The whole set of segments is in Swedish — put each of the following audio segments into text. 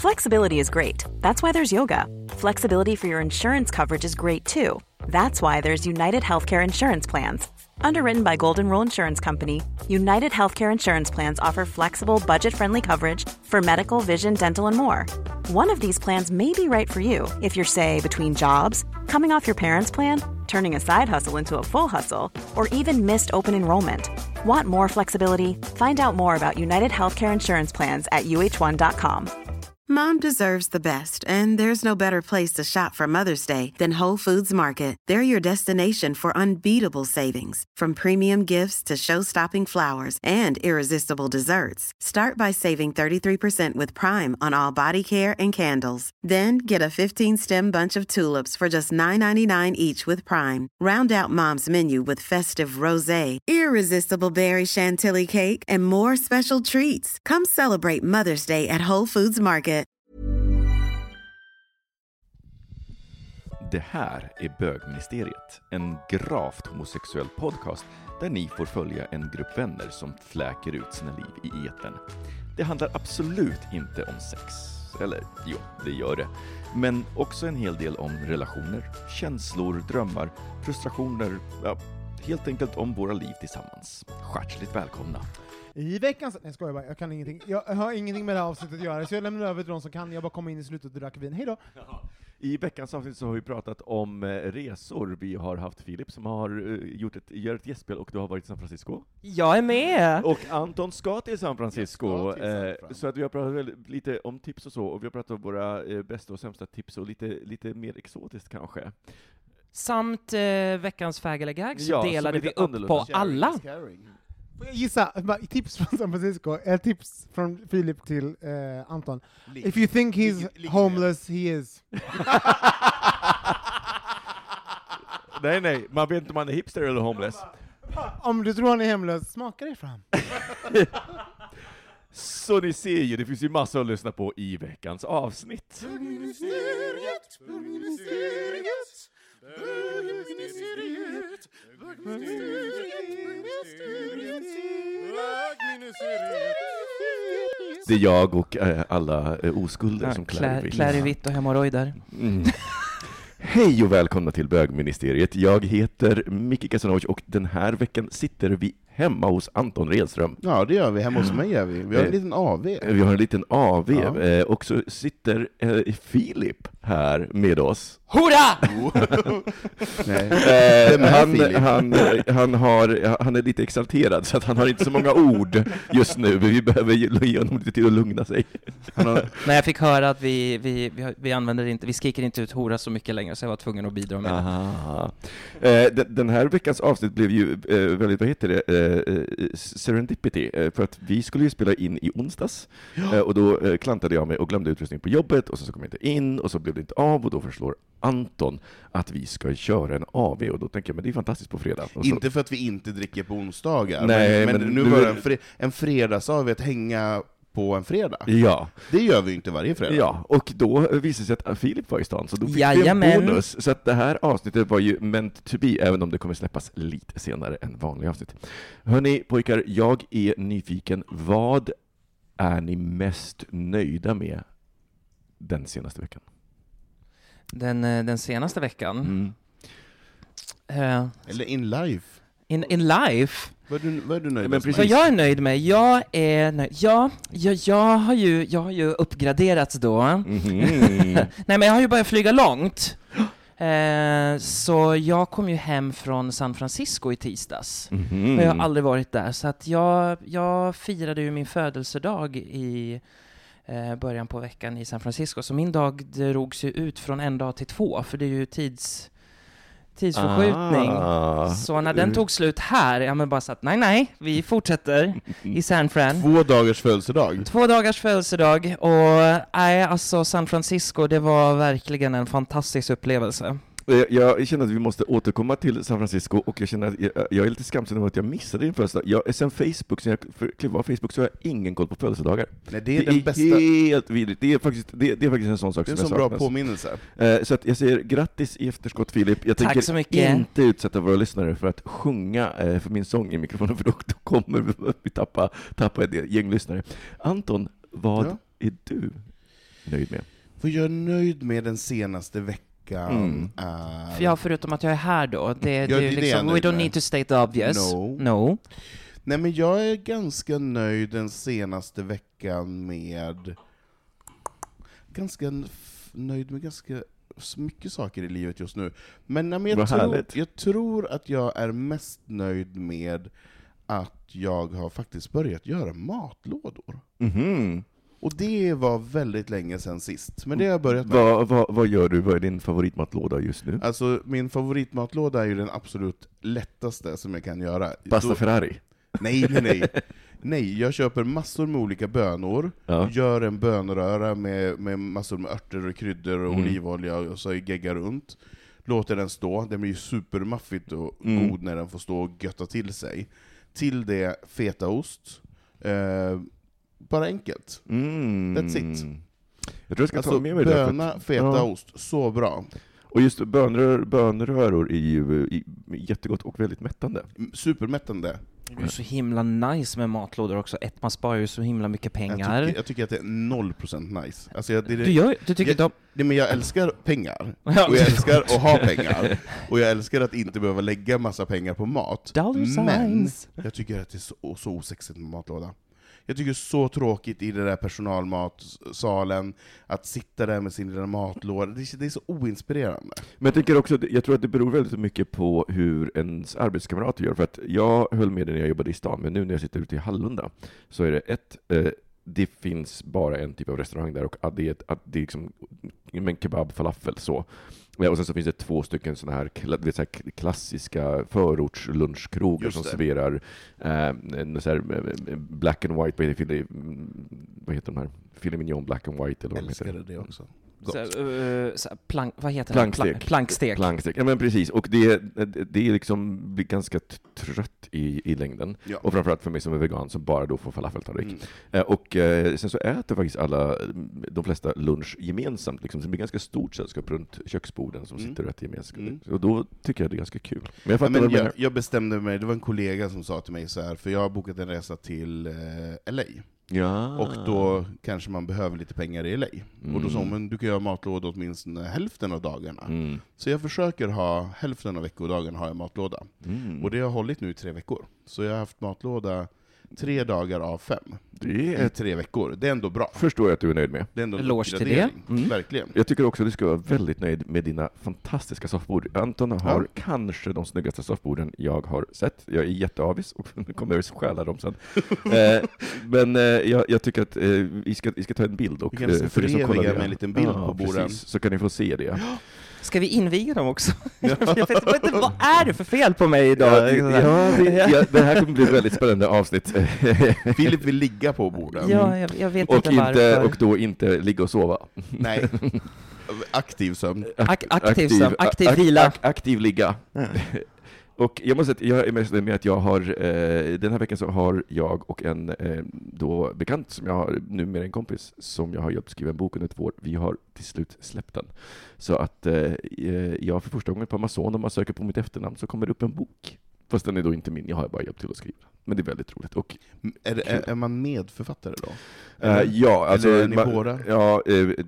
Flexibility is great. That's why there's yoga. Flexibility for your insurance coverage is great too. That's why there's United Healthcare Insurance Plans. Underwritten by Golden Rule Insurance Company, United Healthcare Insurance Plans offer flexible, budget-friendly coverage for medical, vision, dental, and more. One of these plans may be right for you if you're, say, between jobs, coming off your parents' plan, turning a side hustle into a full hustle, or even missed open enrollment. Want more flexibility? Find out more about United Healthcare Insurance Plans at uh1.com. Mom deserves the best, and there's no better place to shop for Mother's Day than Whole Foods Market. They're your destination for unbeatable savings, from premium gifts to show-stopping flowers and irresistible desserts. Start by saving 33% with Prime on all body care and candles. Then get a 15-stem bunch of tulips for just $9.99 each with Prime. Round out Mom's menu with festive rosé, irresistible berry chantilly cake, and more special treats. Come celebrate Mother's Day at Whole Foods Market. Det här är Bögministeriet, en gravt homosexuell podcast där ni får följa en grupp vänner som fläker ut sina liv i etern. Det handlar absolut inte om sex, eller jo, det gör det. Men också en hel del om relationer, känslor, drömmar, frustrationer, ja, helt enkelt om våra liv tillsammans. Hjärtligt välkomna! I veckans... Nej, skojar bara. Jag kan ingenting. Jag har ingenting med det här avsnittet att göra, så jag lämnar över till de som kan. Jag bara kommer in i slutet och drack vin. Hej då! I veckans avsnitt så har vi pratat om resor. Vi har haft Filip som har gjort ett gästspel och du har varit i San Francisco. Jag är med! Och Anton ska till San Francisco. Så att vi har pratat lite om tips och så. Och vi har pratat om våra bästa och sämsta tips och lite mer exotiskt kanske. Samt veckans fag eller gag så Ja, delade vi upp annorlunda. på alla. Får jag gissa? Tips från San Francisco. Tips från Filip till Anton. If you think he's homeless, he is. Nej, man vet inte om man är hipster eller homeless. Om du tror han är hemlös, smaka dig fram. Så ni ser ju, det finns ju massor att lyssna på i veckans avsnitt. Det är jag och alla oskulder som klär i vitt och hemorrojder. Hej och välkomna till Bögministeriet. Jag heter Micke Kasanovic och den här veckan sitter vi hemma hos Anton Redström. Ja, det gör vi. Hemma hos mig är vi. Vi har en liten AV. Vi har en liten AV. Ja. Och så sitter Filip här med oss. Hurra! Han är lite exalterad så att han har inte så många ord just nu. Vi behöver ge honom lite tid att lugna sig. Nej, jag fick höra att vi använder inte, vi skriker inte ut hora så mycket längre, så jag var tvungen att bidra med det. Den här veckans avsnitt blev ju väldigt, vad heter det, serendipity, för att vi skulle ju spela in i onsdags. Och då klantade jag mig och glömde utrustning på jobbet och så kom jag inte in och så blev det inte av och då förslår Anton att vi ska köra en AV och då tänker jag, men det är fantastiskt på fredag. Inte för att vi inte dricker på onsdagar, nej, men nu var en fredags-AV att hänga på en fredag. Ja. Det gör vi inte varje fredag. Ja, och då visade sig att Filip var i stan, så då fick vi en bonus. Så att det här avsnittet var ju meant to be, även om det kommer släppas lite senare än vanliga avsnitt. Hörni pojkar, jag är nyfiken. Vad är ni mest nöjda med den senaste veckan? Den senaste veckan? Eller in life? In life? Vad är du nöjd med? Vad jag är nöjd med? Jag är nöjd. Jag har ju uppgraderats då. Nej, men jag har ju börjat flyga långt. Så jag kom ju hem från San Francisco i tisdags. Och jag har aldrig varit där. Så att jag firade ju min födelsedag i början på veckan i San Francisco. Så min dag drogs ju ut från en dag till 2. För det är ju tidsförskjutning. Så när den tog slut här, jag men bara sagt nej, vi fortsätter i San Fran. 2 dagars födelsedag. 2 dagars födelsedag och alltså San Francisco, det var verkligen en fantastisk upplevelse. Jag känner att vi måste återkomma till San Francisco och jag känner att jag är lite skamsen över att jag missade din födelsedag. Sen jag klev av Facebook så har jag ingen koll på födelsedagar. Nej, det är den bästa. Helt vidrigt. Det är faktiskt en sån sak som det är en så bra påminnelse. Så att jag säger grattis i efterskott, Filip. Jag Tack så mycket. Inte utsätta våra lyssnare för att sjunga för min sång i mikrofonen, för då kommer vi tappa ett gäng lyssnare. Anton, vad är du? nöjd med? Vad jag är nöjd med den senaste veckan För jag, förutom att jag är här då, det är det liksom, we don't need to state the obvious. No. Nej, men jag är ganska nöjd den senaste veckan med nöjd med ganska mycket saker i livet just nu. Men jag tror att jag är mest nöjd med att jag har faktiskt börjat göra matlådor. Mhm. Och det var väldigt länge sedan sist. Men det har jag börjat med. Vad gör du? Vad är din favoritmatlåda just nu? Alltså, min favoritmatlåda är ju den absolut lättaste som jag kan göra. Pasta Ferrari? Nej, jag köper massor med olika bönor, gör en bönröra med massor med örter och kryddor och olivolja och så geggar runt. Låter den stå, den blir ju supermaffigt och god när den får stå och götta till sig. Till det fetaost. Bara enkelt. That's it. Jag tror jag ska ta med mig böna, fetaost, så bra. Och just bönröror är ju jättegott och väldigt mättande. Supermättande. Det är så himla nice med matlådor också. Man sparar ju så himla mycket pengar. Jag tycker att det är 0% nice. Alltså Du tycker men jag älskar pengar. Och jag älskar att ha pengar. Och jag älskar att inte behöva lägga massa pengar på mat. Men jag tycker att det är så osexigt med matlåda. Jag tycker det är så tråkigt i det där personalmatsalen att sitta där med sin lilla matlåda. Det är så oinspirerande. Men jag tror att det beror väldigt mycket på hur ens arbetskamrater gör. För att jag höll med när jag jobbade i stan, men nu när jag sitter ute i Hallunda så är det det finns bara en typ av restaurang där, och det är liksom en kebab, falafel så. Och sen så finns det 2 stycken såna här klassiska förortslunchkrogar som serverar så här black and white, vad heter de här? Filet mignon black and white eller vad heter det? Det också. Vad heter det? Plankstek. Ja, men precis. Och det är liksom blir ganska trött i längden. Ja. Och framförallt för mig som är vegan som bara då får falafeltallrik. Och sen så äter faktiskt de flesta lunch gemensamt. Liksom. Så det blir ganska stort sällskap runt köksborden som sitter och äter gemensamt. Och då tycker jag det är ganska kul. Men jag bestämde mig, det var en kollega som sa till mig så här, för jag har bokat en resa till LA. Ja. Och då kanske man behöver lite pengar i LA. Och då sa hon, men du kan göra matlåda åtminstone hälften av dagarna. Så jag försöker ha hälften av veckodagarna har jag matlåda. Och det har hållit nu i 3 veckor. Så jag har haft matlåda 3 dagar av 5. Det är 3 veckor. Det är ändå bra. Förstår jag att du är nöjd med. Det är ändå eloge till det. Verkligen. Jag tycker också att du ska vara väldigt nöjd med dina fantastiska soffbord. Anton har kanske de snyggaste soffborden jag har sett. Jag är jätteavis och kommer att stjäla dem sen. Men jag tycker att vi ska ta en bild. Och, vi kan föreviga med en liten bild på borden. Precis, så kan ni få se det. Ska vi inviga dem också? Jag vet inte, vad är det för fel på mig idag? Det här kommer bli ett väldigt spännande avsnitt. Filip vill ligga på borden. Ja, jag vet inte varför. Och då inte ligga och sova. Nej. Aktiv sömn. Aktiv vila. Aktiv ligga. Och jag måste säga att jag är mest med att jag har den här veckan så har jag och en då bekant som jag har nu med en kompis som jag har hjälpt skriva en bok under 2 år. Vi har till slut släppt den. Så att jag för första gången på Amazon, om man söker på mitt efternamn så kommer det upp en bok. Fast den är då inte min, jag har bara hjälpt till att skriva. Men det är väldigt roligt. Och är man medförfattare då? Ja, alltså... Eller är ni båda? Ja,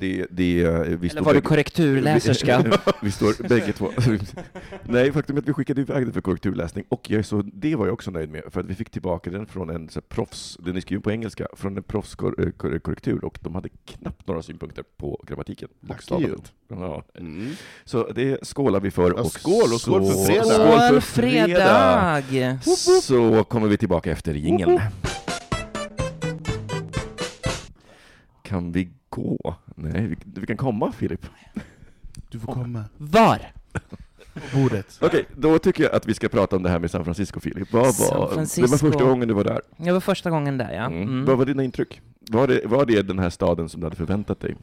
eller var du korrekturläserska? Vi står bägge två. Nej, faktum är att vi skickade iväg det för korrekturläsning. Och det var jag också nöjd med. För att vi fick tillbaka den från en proffs, den är skriven på engelska, från en proffskorrektur. Och de hade knappt några synpunkter på grammatiken. Ja. Så det skålar vi för. Och skål för fredag! Skål fredag! Så kommer vi tillbaka efter jingeln. Kan vi gå? Nej, vi kan komma, Filip. Du får komma. Var? På bordet. Okej, då tycker jag att vi ska prata om det här med San Francisco, Filip. Det var första gången du var där. Det var första gången där, ja. Vad var dina intryck? Var det den här staden som du hade förväntat dig?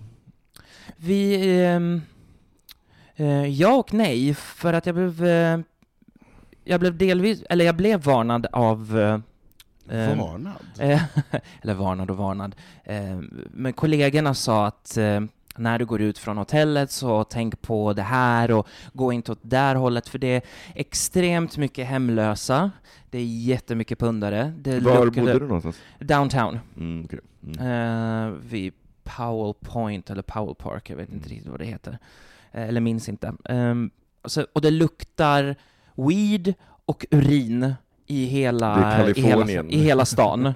Ja och nej, för att jag blev varnad av... Varnad? Eller varnad. Men kollegorna sa att när du går ut från hotellet så tänk på det här och gå inte åt det där hållet, för det är extremt mycket hemlösa. Det är jättemycket pundare. Var bodde du någonstans? Downtown. Okay. Vid Powell Point eller Powell Park, jag vet inte riktigt vad det heter. Eller minns inte. Och det luktar weed och urin i hela stan.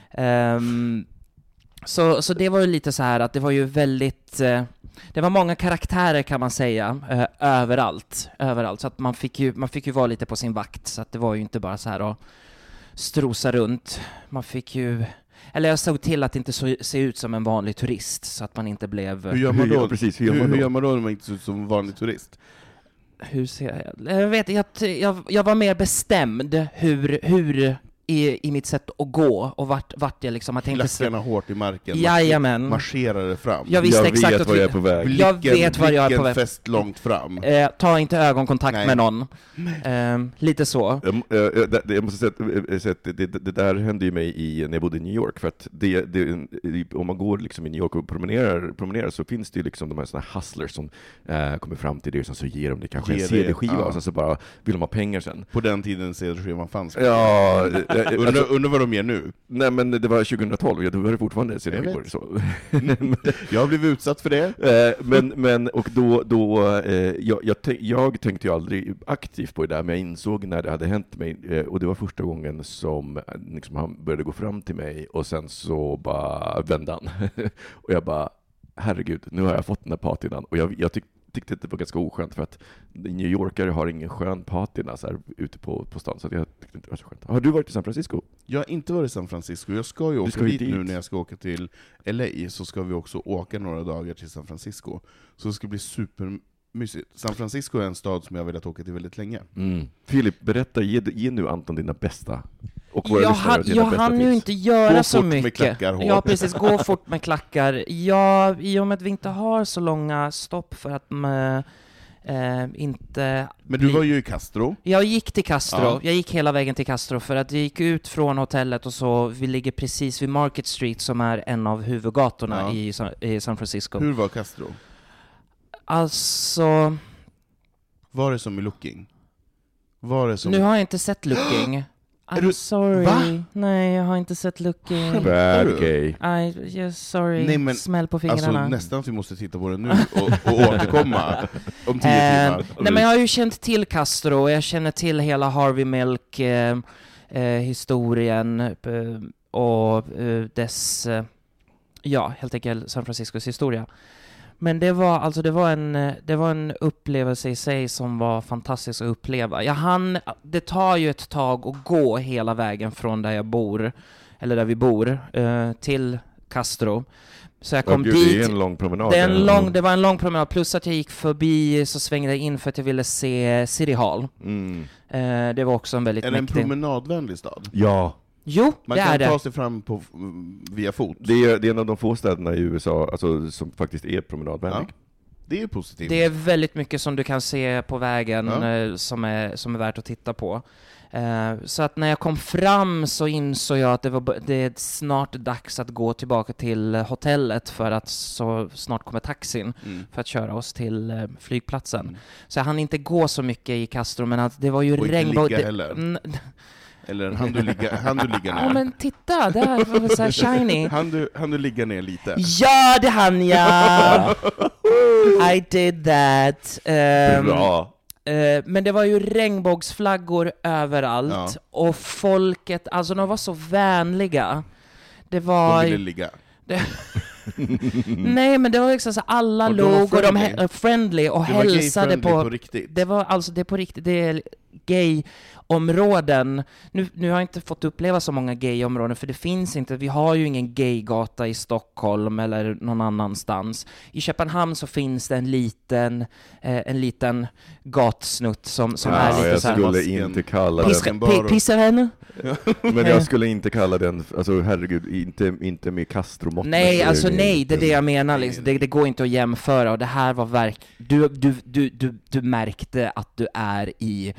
Så det var ju lite så här att det var ju väldigt... det var många karaktärer kan man säga, överallt. Så att man fick ju vara lite på sin vakt, så att det var ju inte bara så här att strosa runt. Man fick ju... Eller jag såg till att inte se ut som en vanlig turist, så att man inte blev... Hur gör man då? Precis, hur gör man då när man inte ser ut som en vanlig turist? Hur ser jag? Jag vet, jag var mer bestämd hur i mitt sätt att gå och vart jag liksom... Klackarna hårt i marken. Jajamän. Marscherar fram. Jag visste exakt vet var jag är på väg. Jag vet var jag är på väg. Fäst långt fram. Ta inte ögonkontakt med någon. Lite så. Jag måste säga att det där hände ju mig när jag bodde i New York, för att om man går liksom i New York och promenerar så finns det ju liksom de här såna hustlers som kommer fram till det och så ger de det kanske en CD-skiva och så bara vill de ha pengar sen. På den tiden CD-skivan fanns. Ja, undrar vad de ger nu. Nej, men det var 2012, då var det fortfarande CD-skivor. Så. Jag har blivit utsatt för det. Jag tänkte ju aldrig aktivt på det där, men jag insåg när det hade hänt mig, och det var första gången som liksom, han började gå fram till mig och sen så bara vände han. Och jag bara, herregud, nu har jag fått den här patinan. Och jag tyckte att det var ganska oskönt, för att New Yorkare har ingen skön patina så här ute på stan, så jag tyckte inte det var så skönt. Har du varit i San Francisco? Jag har inte varit i San Francisco. Jag ska ju åka dit nu när jag ska åka till LA, så ska vi också åka några dagar till San Francisco. Så det ska bli supermysigt. San Francisco är en stad som jag har velat åka till väldigt länge. Filip, berätta, ge nu Anton dina bästa. Jag hann ju inte göra så mycket. Ja, precis, gå fort med klackar. Ja, i och med att vi inte har så långa stopp för att inte... Men du var ju i Castro. Jag gick till Castro. Ja. Jag gick hela vägen till Castro för att jag gick ut från hotellet och så vi ligger precis vid Market Street som är en av huvudgatorna i San Francisco. Hur var Castro? Alltså... Var det som i Looking? Nu har jag inte sett Looking. I'm sorry. Va? Nej, jag har inte sett Looking. Bad gay. Sorry. Nej, men, smäll på fingrarna. Alltså, nästan vi måste titta på det nu och återkomma om 10 timmar. Nej, men jag har ju känt till Castro och jag känner till hela Harvey Milk historien och dess helt enkelt San Franciscos historia. Men det var en upplevelse i sig som var fantastisk att uppleva. Det tar ju ett tag att gå hela vägen från där jag bor, eller där vi bor, till Castro. Så jag kom dit. Det är en lång promenad. Det var en lång promenad, plus att jag gick förbi, så svängde jag in för att jag ville se City Hall. Det var också en väldigt mäktig... Är det en promenadvänlig stad? Ja. Jo, man det kan är det. ta sig fram via fot. Det är en av de få städerna i USA alltså, som faktiskt är promenadvänlig. Ja, det är positivt. Det är väldigt mycket som du kan se på vägen som är värt att titta på. Så att när jag kom fram så insåg jag att det är snart dags att gå tillbaka till hotellet, för att så snart kommer taxin för att köra oss till flygplatsen. Så jag hann inte gå så mycket i Castro, men att det var ju regnbåg. Eller han du ligga ner? Ja, men titta, där var det så här shiny. Han du ligga ner lite? Ja, det hann jag! I did that. Bra. Men det var ju regnbågsflaggor överallt. Och folket, alltså de var så vänliga. De ville ligga. Nej, men det var liksom så alla låg och de friendly och hälsade på riktigt. Det var alltså det på riktigt. Det är gay-områden. Nu har jag inte fått uppleva så många gay-områden, för det finns inte. Vi har ju ingen gay-gata i Stockholm eller någon annanstans. I Köpenhamn så finns det en liten gatsnutt som är lite så här. Jag skulle inte kalla den Pissaren. Men jag skulle inte kalla den, alltså herregud, inte med Castro-mått. Nej, alltså nej, det är det jag menar liksom. Det går inte att jämföra, och det här var du märkte att du är i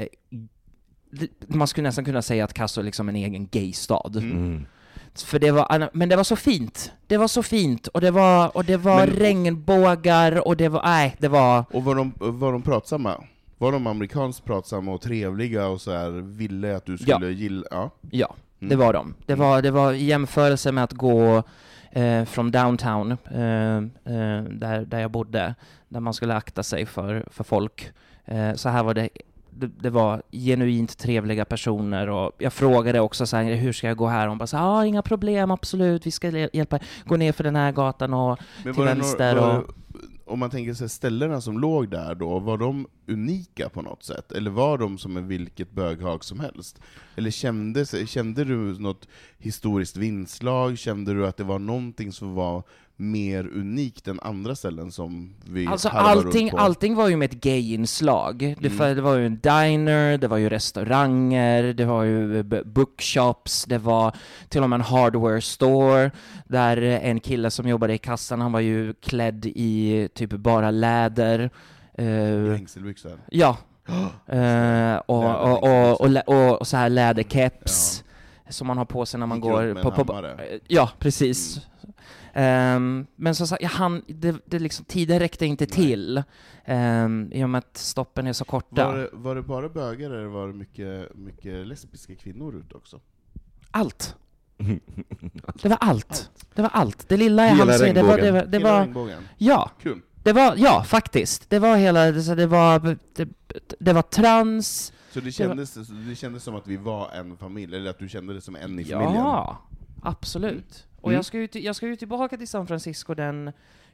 man skulle nästan kunna säga att Castro är liksom en egen gay-stad. För men det var så fint. Det var så fint, och det var regnbågar, och det var Och var de pratsamma? Var de amerikanskt pratsamma och trevliga och så här, ville att du skulle gilla? Ja, det var de. Det var i jämförelse med att gå från downtown, där jag bodde, där man skulle akta sig för folk. Så här var det var genuint trevliga personer, och jag frågade också så här, hur ska jag gå här? Hon bara så inga problem, absolut, vi ska hjälpa, gå ner för den här gatan och men till vänster. Om man tänker sig ställena som låg där då, var de unika på något sätt? Eller var de som en vilket böghag som helst? Eller kände du något historiskt vingslag? Kände du att det var någonting som var mer unikt än andra ställen som vi alltså runt på? Allting var ju med ett gay-inslag. Det var ju en diner, det var ju restauranger, det var ju bookshops, det var till och med en hardware store där en kille som jobbade i kassan, han var ju klädd i typ bara läder. Hängselbyxor? Ja. Och så här läderkeps som man har på sig när man går på ja, precis. Men så sagt, det liksom, tiden räckte inte till i och med att stoppen är så korta. Var det bara bögar eller var det mycket lesbiska kvinnor ute också? Allt. Det var allt. Det var allt. Det lilla jag hann se, det var regnbågen. Ja. Kul. Ja, faktiskt. Det var hela, det var trans. Så det kändes som att vi var en familj, eller att du kände det som en i familjen? Ja, absolut. Och jag ska ju tillbaka till San Francisco den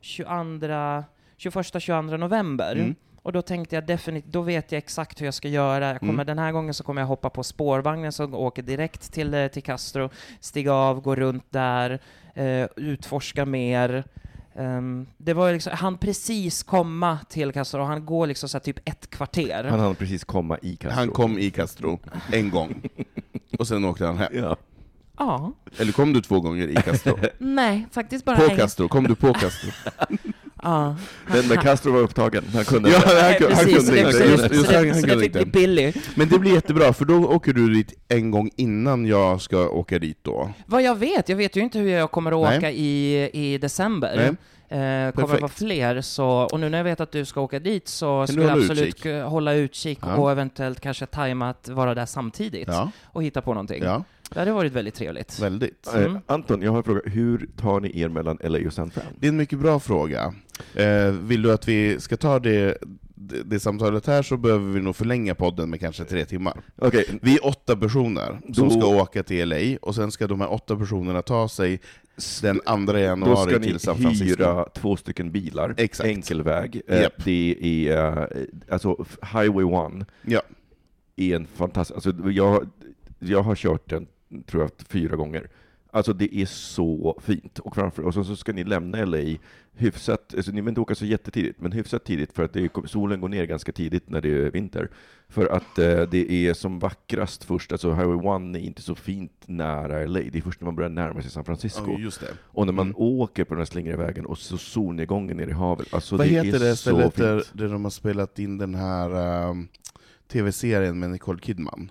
21-22 november. Och då tänkte jag definitivt, då vet jag exakt hur jag ska göra. Den här gången så kommer jag hoppa på spårvagnen som åker direkt till Castro, stiga av, gå runt där, utforska mer. Det var liksom, han precis komma till Castro, och han går liksom så här typ 1 kvarter. Han hann precis komma i Castro. Han kom i Castro en gång. Och sen åkte han hem. Ja. Ja. Eller kom du 2 gånger i Castro? Nej, faktiskt bara på Castro, kom du på Castro? Ja. Den med Castro var upptagen. Han kunde han kunde inte. Det fick bli billig. Men det blir jättebra, för då åker du dit en gång innan jag ska åka dit då. Vad jag vet ju inte hur jag kommer att åka i december. Kommer vara fler, så, och nu när jag vet att du ska åka dit så skulle jag absolut hålla utkik och eventuellt kanske tajma att vara där samtidigt och hitta på någonting. Ja. Det hade varit väldigt trevligt. Väldigt. Anton, jag har en fråga. Hur tar ni er mellan LA och San Fran? Det är en mycket bra fråga. Vill du att vi ska ta det samtalet här, så behöver vi nog förlänga podden med kanske 3 timmar. Okay. Vi är 8 personer som ska åka till LA, och sen ska de här 8 personerna ta sig den 2 januari till San Francisco. Då ska ni hyra 2 stycken bilar. Exakt. Enkelväg. Yep. Det är alltså Highway 1. Ja. Är en fantastisk, alltså jag har kört den, tror jag, 4 gånger. Alltså det är så fint. Och så ska ni lämna LA hyfsat, alltså ni vill inte åka så jättetidigt, men hyfsat tidigt, för att solen går ner ganska tidigt när det är vinter. För att det är som vackrast först, alltså Highway 1 är inte så fint nära LA. Det är först när man börjar närma sig San Francisco. Oh, just det. Och när man åker på den här slingriga vägen och så solnedgången ner i havet. Alltså vad det heter det stället där de har spelat in den här tv-serien med Nicole Kidman?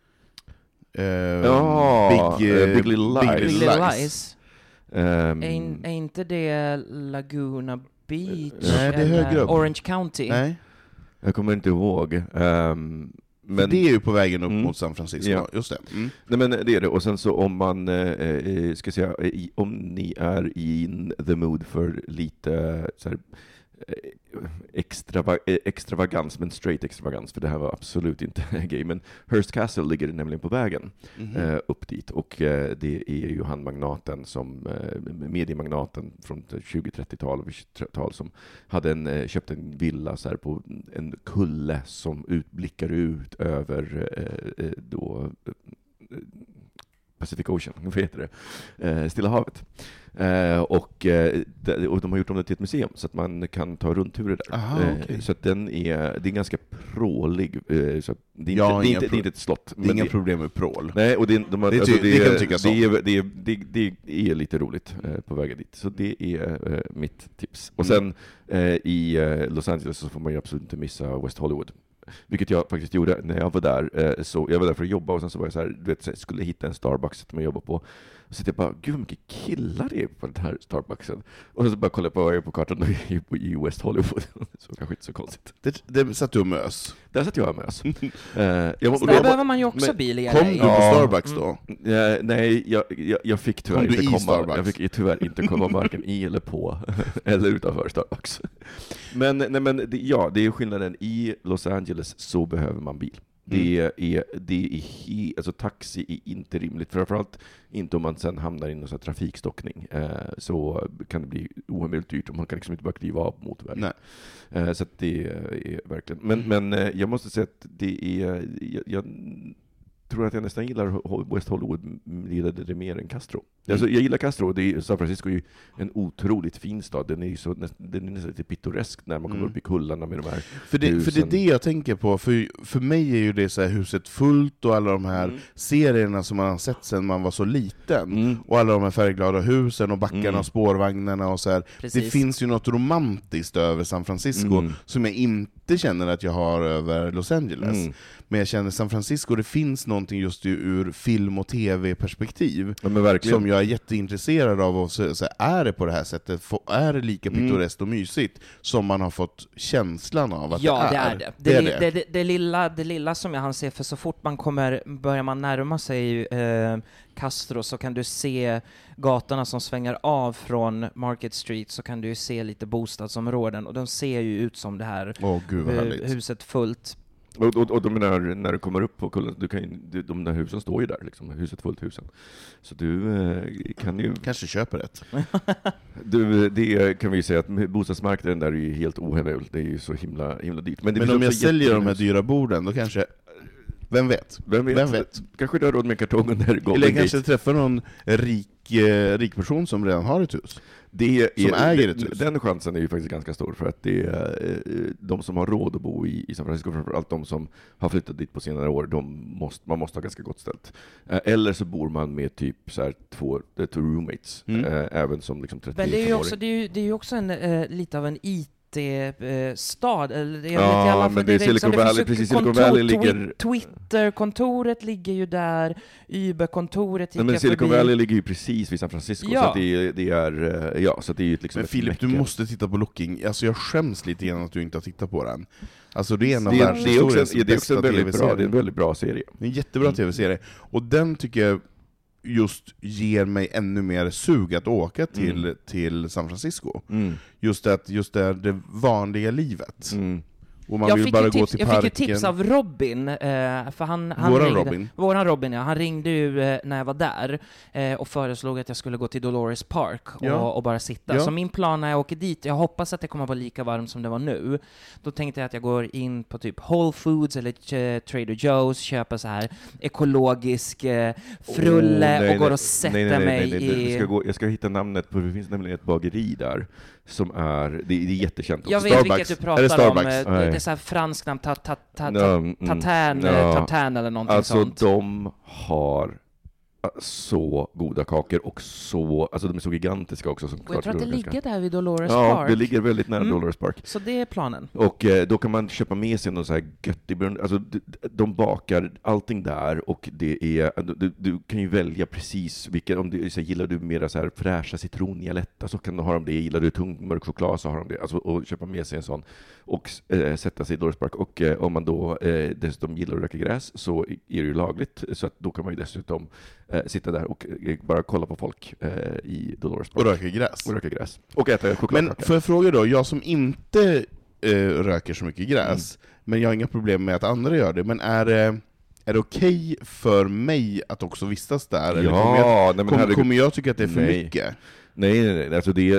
Big Little Lies. Är inte det Laguna Beach? Nej, det är högre upp. Orange County? Nej. Jag kommer inte ihåg. Men det är ju på vägen upp mot San Francisco. Ja. Just det. Nej, men det är det. Och sen så om man ska säga, om ni är in the mood för lite så här, extravagans, men straight extravagans, för det här var absolut inte gay, men Hearst Castle ligger nämligen på vägen upp dit, och det är ju han magnaten som mediemagnaten från 20-30-tal som hade köpt en villa så här på en kulle som blickar ut över Pacific Ocean, vad heter det? Stilla havet. Och de har gjort om det till ett museum så att man kan ta rundturer där. Aha, okay. Så att det är ganska prålig. Så det är inte ett slott. Det är inga problem med prål. Nej, och det är lite roligt på vägen dit. Så det är mitt tips. Och sen i Los Angeles så får man ju absolut inte missa West Hollywood. Vilket jag faktiskt gjorde när jag var där. Så jag var där för att jobba, och sen så var jag så här, du vet, skulle hitta en Starbucks att man jobbar på. Så jag bara, gud mycket killar det är på den här Starbucksen. Och så bara kollade jag på kartan i West Hollywood. Så kanske inte så konstigt. Det satt du och mös. Där satt jag och mös. Där behöver man ju också bil i LA. Kom du på Starbucks då? Nej, jag fick tyvärr inte komma. Jag fick tyvärr inte komma varken i eller på eller utanför Starbucks. Men det är skillnaden. I Los Angeles så behöver man bil. Alltså taxi är inte rimligt, framförallt inte om man sen hamnar i någon sån här trafikstockning, så kan det bli ohemult dyrt om man kan liksom inte bara kliva av motorvägen. Så att det är verkligen, men jag måste säga att det är, jag tror att jag nästan gillar West Hollywood, gillade det mer än Castro. Alltså, jag gillar Castro, San Francisco är ju en otroligt fin stad. Den är nästan lite pittoresk när man kommer upp i kullarna med de här för det är det jag tänker på. För mig är ju det så här Huset fullt och alla de här serierna som man har sett sedan man var så liten. Och alla de här färgglada husen och backarna och spårvagnarna och så här. Det finns ju något romantiskt över San Francisco som jag inte känner att jag har över Los Angeles. Men jag känner San Francisco, det finns någonting just ur film- och tv-perspektiv som jag är jätteintresserad av. Och så är det på det här sättet? Är det lika pittoreskt och mysigt som man har fått känslan av att det är? Det är det. Det lilla som jag hann se, för så fort man börjar man närma sig Castro så kan du se gatorna som svänger av från Market Street, så kan du ju se lite bostadsområden och de ser ju ut som det här huset fullt. Och de menar, när du kommer upp på kullen, de där husen står ju där, liksom, huset fullt husen. Så du kan ju... Kanske köper ett. Det kan vi ju säga att bostadsmarknaden där är ju helt ohemult. Det är ju så himla dyrt. Men om jag säljer de här dyra borden, då kanske... Vem vet? Kanske du har råd med kartongen där. Eller kanske träffa någon rik person som redan har ett hus. Äger ett hus. Den chansen är ju faktiskt ganska stor, för att det är de som har råd att bo i San Francisco, framförallt de som har flyttat dit på senare år, man måste ha ganska gott ställt. Eller så bor man med typ så här två roommates, även som liksom 30-åring. Men det är ju också lite av en stad, eller i alla fall, det Silicon Valley, precis. Silicon Valley ligger... Twitter-kontoret ligger ju där, Uber-kontoret men Silicon Valley ligger ju precis vid San Francisco, så att det är så att det är ju liksom. Men Filip, du måste titta på Looking. Alltså jag skäms lite grann att du inte har tittat på den. Alltså det är en av världshistoriens bästa tv-serier. Det är en väldigt bra serie. En jättebra tv-serie. Och den tycker jag just ger mig ännu mer sug att åka till San Francisco. Just det vanliga livet. Och man vill bara gå till parken. Jag fick ju tips av Robin, för våran Robin, han ringde ju när jag var där och föreslog att jag skulle gå till Dolores Park och bara sitta. Så min plan när jag åker dit, jag hoppas att det kommer vara lika varmt som det var nu. Då tänkte jag att jag går in på typ Whole Foods eller Trader Joe's, köper så här ekologisk frulle och går och sätter mig i... Jag ska hitta namnet på, det finns nämligen ett bageri där som det är jättekänt. Jag vet vilket du pratar om. Det är så här fransk namn, Tatin eller någonting alltså, sånt. Alltså de har så goda kakor och alltså de är så gigantiska också. Som och jag tror att det ligger där vid Dolores Park. Ja, det ligger väldigt nära Dolores Park. Så det är planen. Och då kan man köpa med sig någon så här göttibrunn. Alltså de bakar allting där, och det är du kan ju välja precis vilken, om du så här, gillar du mer så här fräscha citronjaletta, så kan du ha dem det. Gillar du tung mörk choklad, så har de det. Alltså, och köpa med sig en sån och sätta sig i Dolores Park. Och om man då dessutom gillar att röka gräs, så är det ju lagligt, så att då kan man ju dessutom sitta där och bara kolla på folk i Dolores Park. Och röka gräs. Och äta chokladkaka. Men får jag fråga då, jag som inte röker så mycket gräs, men jag har inga problem med att andra gör det, men är det okej för mig att också vistas där? Ja, eller kommer jag tycka att det är för mycket? Nej, alltså det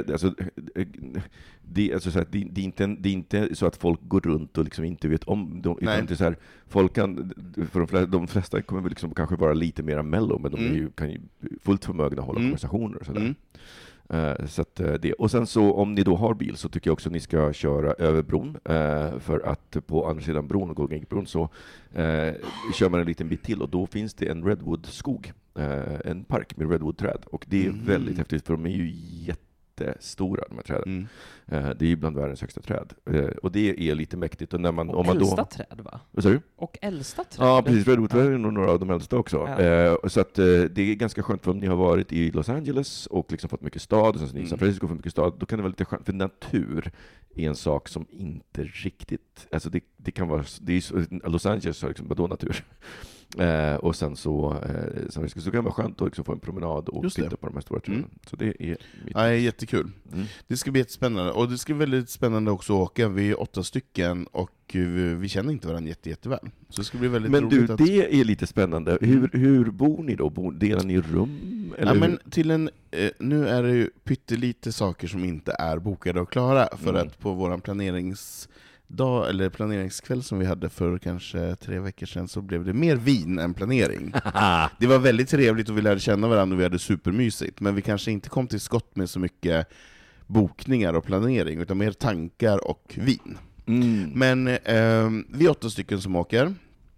är inte så att folk går runt och liksom inte vet om dem, utan inte så här, folk kan, för de flesta kommer väl liksom kanske vara lite mer mellow, men de kan ju fullt förmögna hålla konversationer och sådär. Så att det. Och sen så om ni då har bil, så tycker jag också att ni ska köra över bron, för att på andra sidan bron, Golden Gate-bron, så kör man en liten bit till, och då finns det en redwood-skog, en park med redwood-träd, och det är väldigt häftigt, för de är ju jättestora, de här träden. Det är ju bland världens högsta träd. Och det är lite mäktigt. Och när man, och om man äldsta då... träd, va? Vad sa du? Och äldsta träd? Ja, precis. Redwoodträd är nog några av de äldsta också. Ja. Så att det är ganska skönt, för om ni har varit i Los Angeles och liksom fått mycket stad, och sen så i San Francisco fått mycket stad, då kan det vara lite skönt, för natur är en sak som inte riktigt... Alltså det kan vara... Los Angeles har liksom, vadå natur? Och sen så kan det vara skönt att liksom få en promenad och titta på de här stora träden. Så det är jättekul. Det ska bli jättespännande. Och det ska bli väldigt spännande också att åka. Vi är 8 stycken och vi känner inte varandra jätteväl. Så det ska bli väldigt roligt. Men du, det är lite spännande. Hur bor ni då? Delar ni rum? Eller ja, men nu är det ju pyttelite saker som inte är bokade och klara, för att på våran planeringsdag eller planeringskväll som vi hade för kanske 3 veckor sedan, så blev det mer vin än planering. Det var väldigt trevligt och vi lärde känna varandra och vi hade supermysigt, men vi kanske inte kom till skott med så mycket bokningar och planering, utan mer tankar och vin. Men vi är 8 stycken som åker.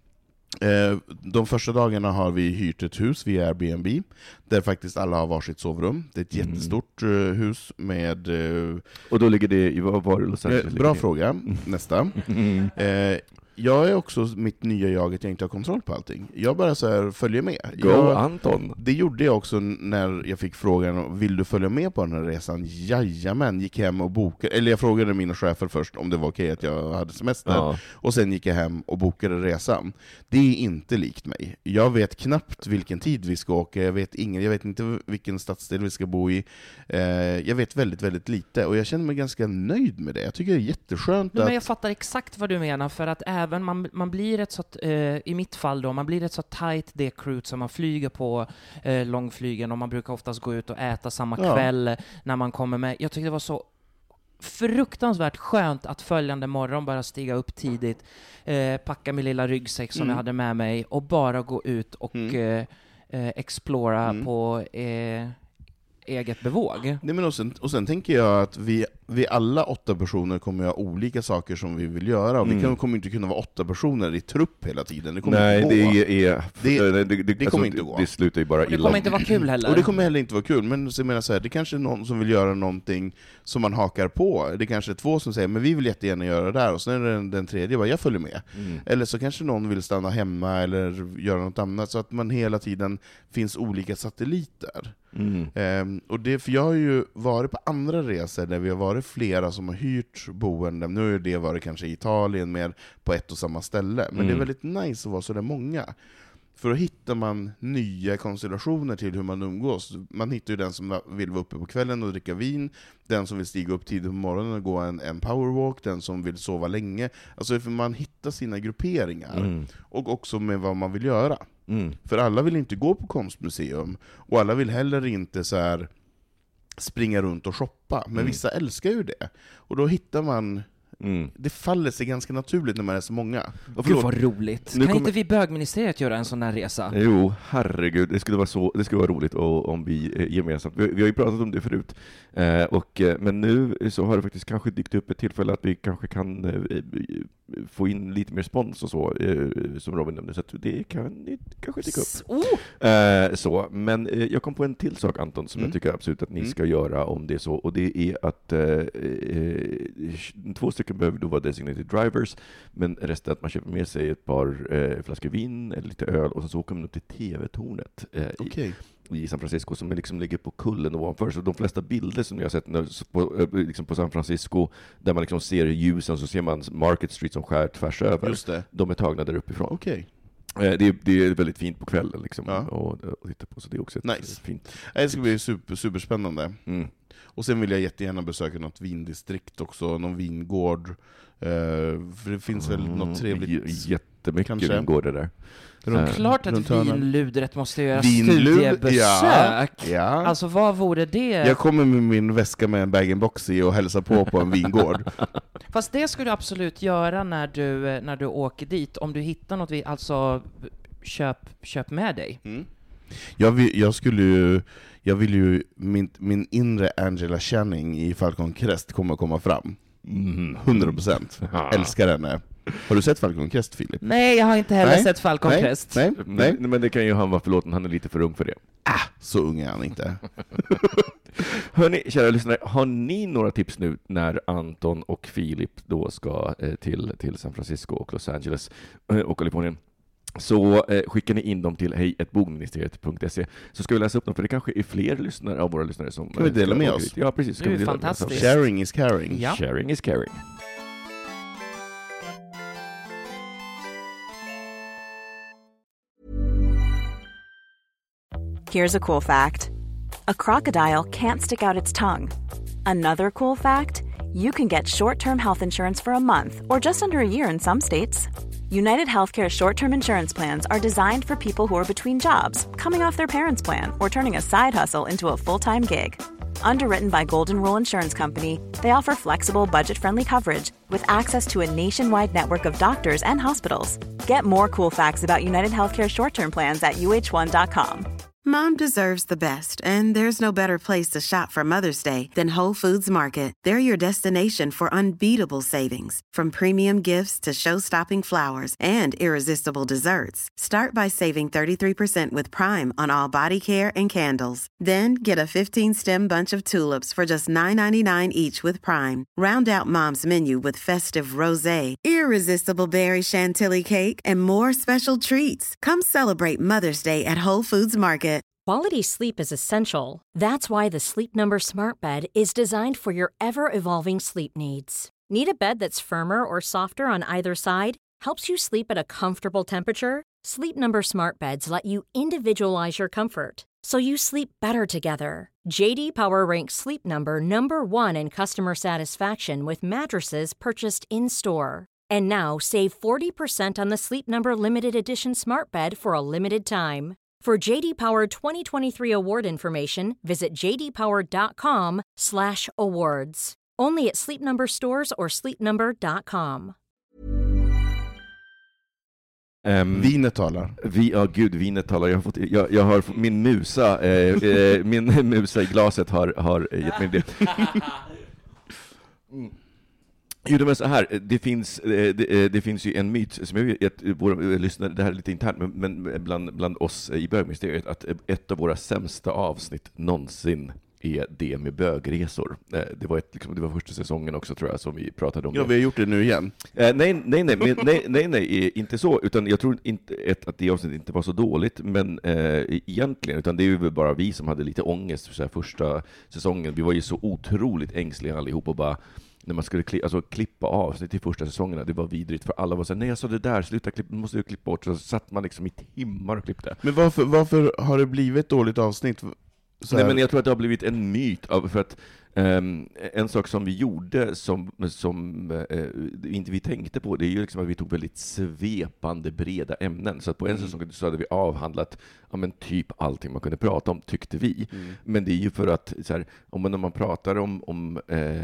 De första dagarna har vi hyrt ett hus via Airbnb, där faktiskt alla har varsitt sovrum. Det är ett jättestort hus med... Och då ligger det i var Los Angeles? Bra fråga, nästa. Jag är också mitt nya jag, att jag inte har kontroll på allting. Jag bara så här följer med. Anton! Det gjorde jag också när jag fick frågan, vill du följa med på den här resan? Jajamän, gick hem och bokade. Eller jag frågade mina chefer först om det var okej att jag hade semester. Ja. Och sen gick jag hem och bokade resan. Det är inte likt mig. Jag vet knappt vilken tid vi ska åka. Jag vet inte vilken stadsdel vi ska bo i. Jag vet väldigt, väldigt lite. Och jag känner mig ganska nöjd med det. Jag tycker det är jätteskönt Men jag fattar exakt vad du menar, för att även man blir ett så i mitt fall då, man blir ett så tight det crew som man flyger på långflygen, och man brukar oftast gå ut och äta samma kväll när man kommer med. Jag tyckte det var så fruktansvärt skönt att följande morgon bara stiga upp tidigt, packa min lilla ryggsäck som jag hade med mig och bara gå ut och explora på eget bevåg. Nej, men och sen tänker jag att vi alla 8 personer kommer ha olika saker som vi vill göra, och vi kommer inte kunna vara 8 personer i trupp hela tiden. Det kommer inte gå. Det kommer inte gå. Det slutar ju bara illa. Det kommer inte vara kul heller. Och det kommer heller inte vara kul, men så menar jag så här, det kanske är någon som vill göra någonting som man hakar på. Det kanske är 2 som säger, men vi vill jättegärna göra det där, och sen är det den tredje bara, jag följer med. Eller så kanske någon vill stanna hemma eller göra något annat, så att man hela tiden finns olika satelliter. Och det, för jag har ju varit på andra resor där vi har varit flera som har hyrt boende. Nu är det varit kanske i Italien mer på ett och samma ställe, men det är väldigt nice att vara så där många. För då hittar man nya konstellationer till hur man umgås. Man hittar ju den som vill vara uppe på kvällen och dricka vin, den som vill stiga upp tidigt på morgonen och gå en powerwalk, den som vill sova länge. Alltså för man hittar sina grupperingar och också med vad man vill göra. För alla vill inte gå på konstmuseum, och alla vill heller inte så här springa runt och shoppa, men vissa älskar ju det. Och då hittar man det faller sig ganska naturligt när man är så många. Gud vad roligt. Kan inte vi bögministeriet göra en sån här resa? Jo, herregud, det skulle vara roligt om vi gemensamt. Vi har ju pratat om det förut. Men nu så har det faktiskt kanske dykt upp ett tillfälle att vi kanske kan få in lite mer spons och så, som Robin nämnde, så att det kan kanske dyka upp. Men jag kom på en till sak, Anton, som jag tycker absolut att ni ska göra om det är så, och det är att 2 stycken behöver då vara designated drivers, men resten att man köper med sig ett par flaskor vin eller lite öl, och så åker man upp till TV-tornet i San Francisco, som liksom ligger på kullen ovanför. Så de flesta bilder som jag har sett liksom på San Francisco, där man liksom ser ljusen, så ser man Market Street som skär tvärs över. Just det. De är tagna där uppifrån. Det är väldigt fint på kvällen liksom, och titta på, så det är också fint. Det ska bli superspännande. Och sen vill jag jättegärna besöka något vindistrikt också, någon vingård. För det finns väl något trevligt. Jättemycket vingårdar där. Klart att vinludret måste göra studiebesök. Ja. Alltså vad vore det? Jag kommer med min väska med en bag-in-box i och hälsar på en vingård. Fast det skulle du absolut göra när du åker dit. Om du hittar något, alltså köp med dig. Jag vill ju min inre Angela Channing i Falcon Crest kommer att komma fram. 100%. Älskar henne. Har du sett Falcon Crest, Filip? Nej, jag har inte heller sett Falcon Crest. Nej. Men det kan ju han vara förlåten, han är lite för ung för det. Så ung är han inte. Hörni, kära lyssnare, har ni några tips nu när Anton och Filip då ska till San Francisco och Los Angeles och Kalifornien? Så skickar ni in dem till hej@bogministeriet.se, så ska vi läsa upp dem, för det kanske är fler lyssnare av våra lyssnare som kan vi dela med oss. Ja, precis. Det är fantastiskt. Sharing is caring. Ja. Sharing is caring. Here's a cool fact. A crocodile can't stick out its tongue. Another cool fact, you can get short-term health insurance for a month or just under a year in some states. United Healthcare short-term insurance plans are designed for people who are between jobs, coming off their parents' plan, or turning a side hustle into a full-time gig. Underwritten by Golden Rule Insurance Company, they offer flexible, budget-friendly coverage with access to a nationwide network of doctors and hospitals. Get more cool facts about United Healthcare short-term plans at uh1.com. Mom deserves the best, and there's no better place to shop for Mother's Day than Whole Foods Market. They're your destination for unbeatable savings, from premium gifts to show-stopping flowers and irresistible desserts. Start by saving 33% with Prime on all body care and candles. Then get a 15-stem bunch of tulips for just $9.99 each with Prime. Round out Mom's menu with festive rosé, irresistible berry chantilly cake, and more special treats. Come celebrate Mother's Day at Whole Foods Market. Quality sleep is essential. That's why the Sleep Number Smart Bed is designed for your ever-evolving sleep needs. Need a bed that's firmer or softer on either side? Helps you sleep at a comfortable temperature? Sleep Number Smart Beds let you individualize your comfort, so you sleep better together. JD Power ranks Sleep Number #1 in customer satisfaction with mattresses purchased in-store. And now save 40% on the Sleep Number Limited Edition Smart Bed for a limited time. For JD Power 2023 award information, visit jdpower.com/awards. Only at Sleep Number stores or sleepnumber.com. Vinet talar. Vinet talar. Jag har min musa, min musa i glaset har gett mig det. Jo, men så här, det finns ju en myt som jag vet, våra lyssnare, det här är lite internt, men bland oss i bögministeriet, att ett av våra sämsta avsnitt någonsin är det med bögresor. Det var första säsongen också, tror jag, som vi pratade om. Ja, vi har gjort det nu igen. Nej, inte så, utan jag tror inte att det avsnittet inte var så dåligt, men egentligen, utan det är ju bara vi som hade lite ångest för så här första säsongen. Vi var ju så otroligt ängsliga allihop, och bara när man skulle klippa avsnitt i första säsongerna, det var vidrigt, för alla var så här, nej, jag sa det där, sluta klippa, måste du klippa bort. Så satt man liksom i timmar och klippte. Men varför har det blivit ett dåligt avsnitt? Nej, men jag tror att det har blivit en myt för att en sak som vi gjorde som inte vi tänkte på, det är ju liksom att vi tog väldigt svepande, breda ämnen. Så att på en säsong så hade vi avhandlat typ allting man kunde prata om, tyckte vi. Men det är ju för att så här, när man pratar om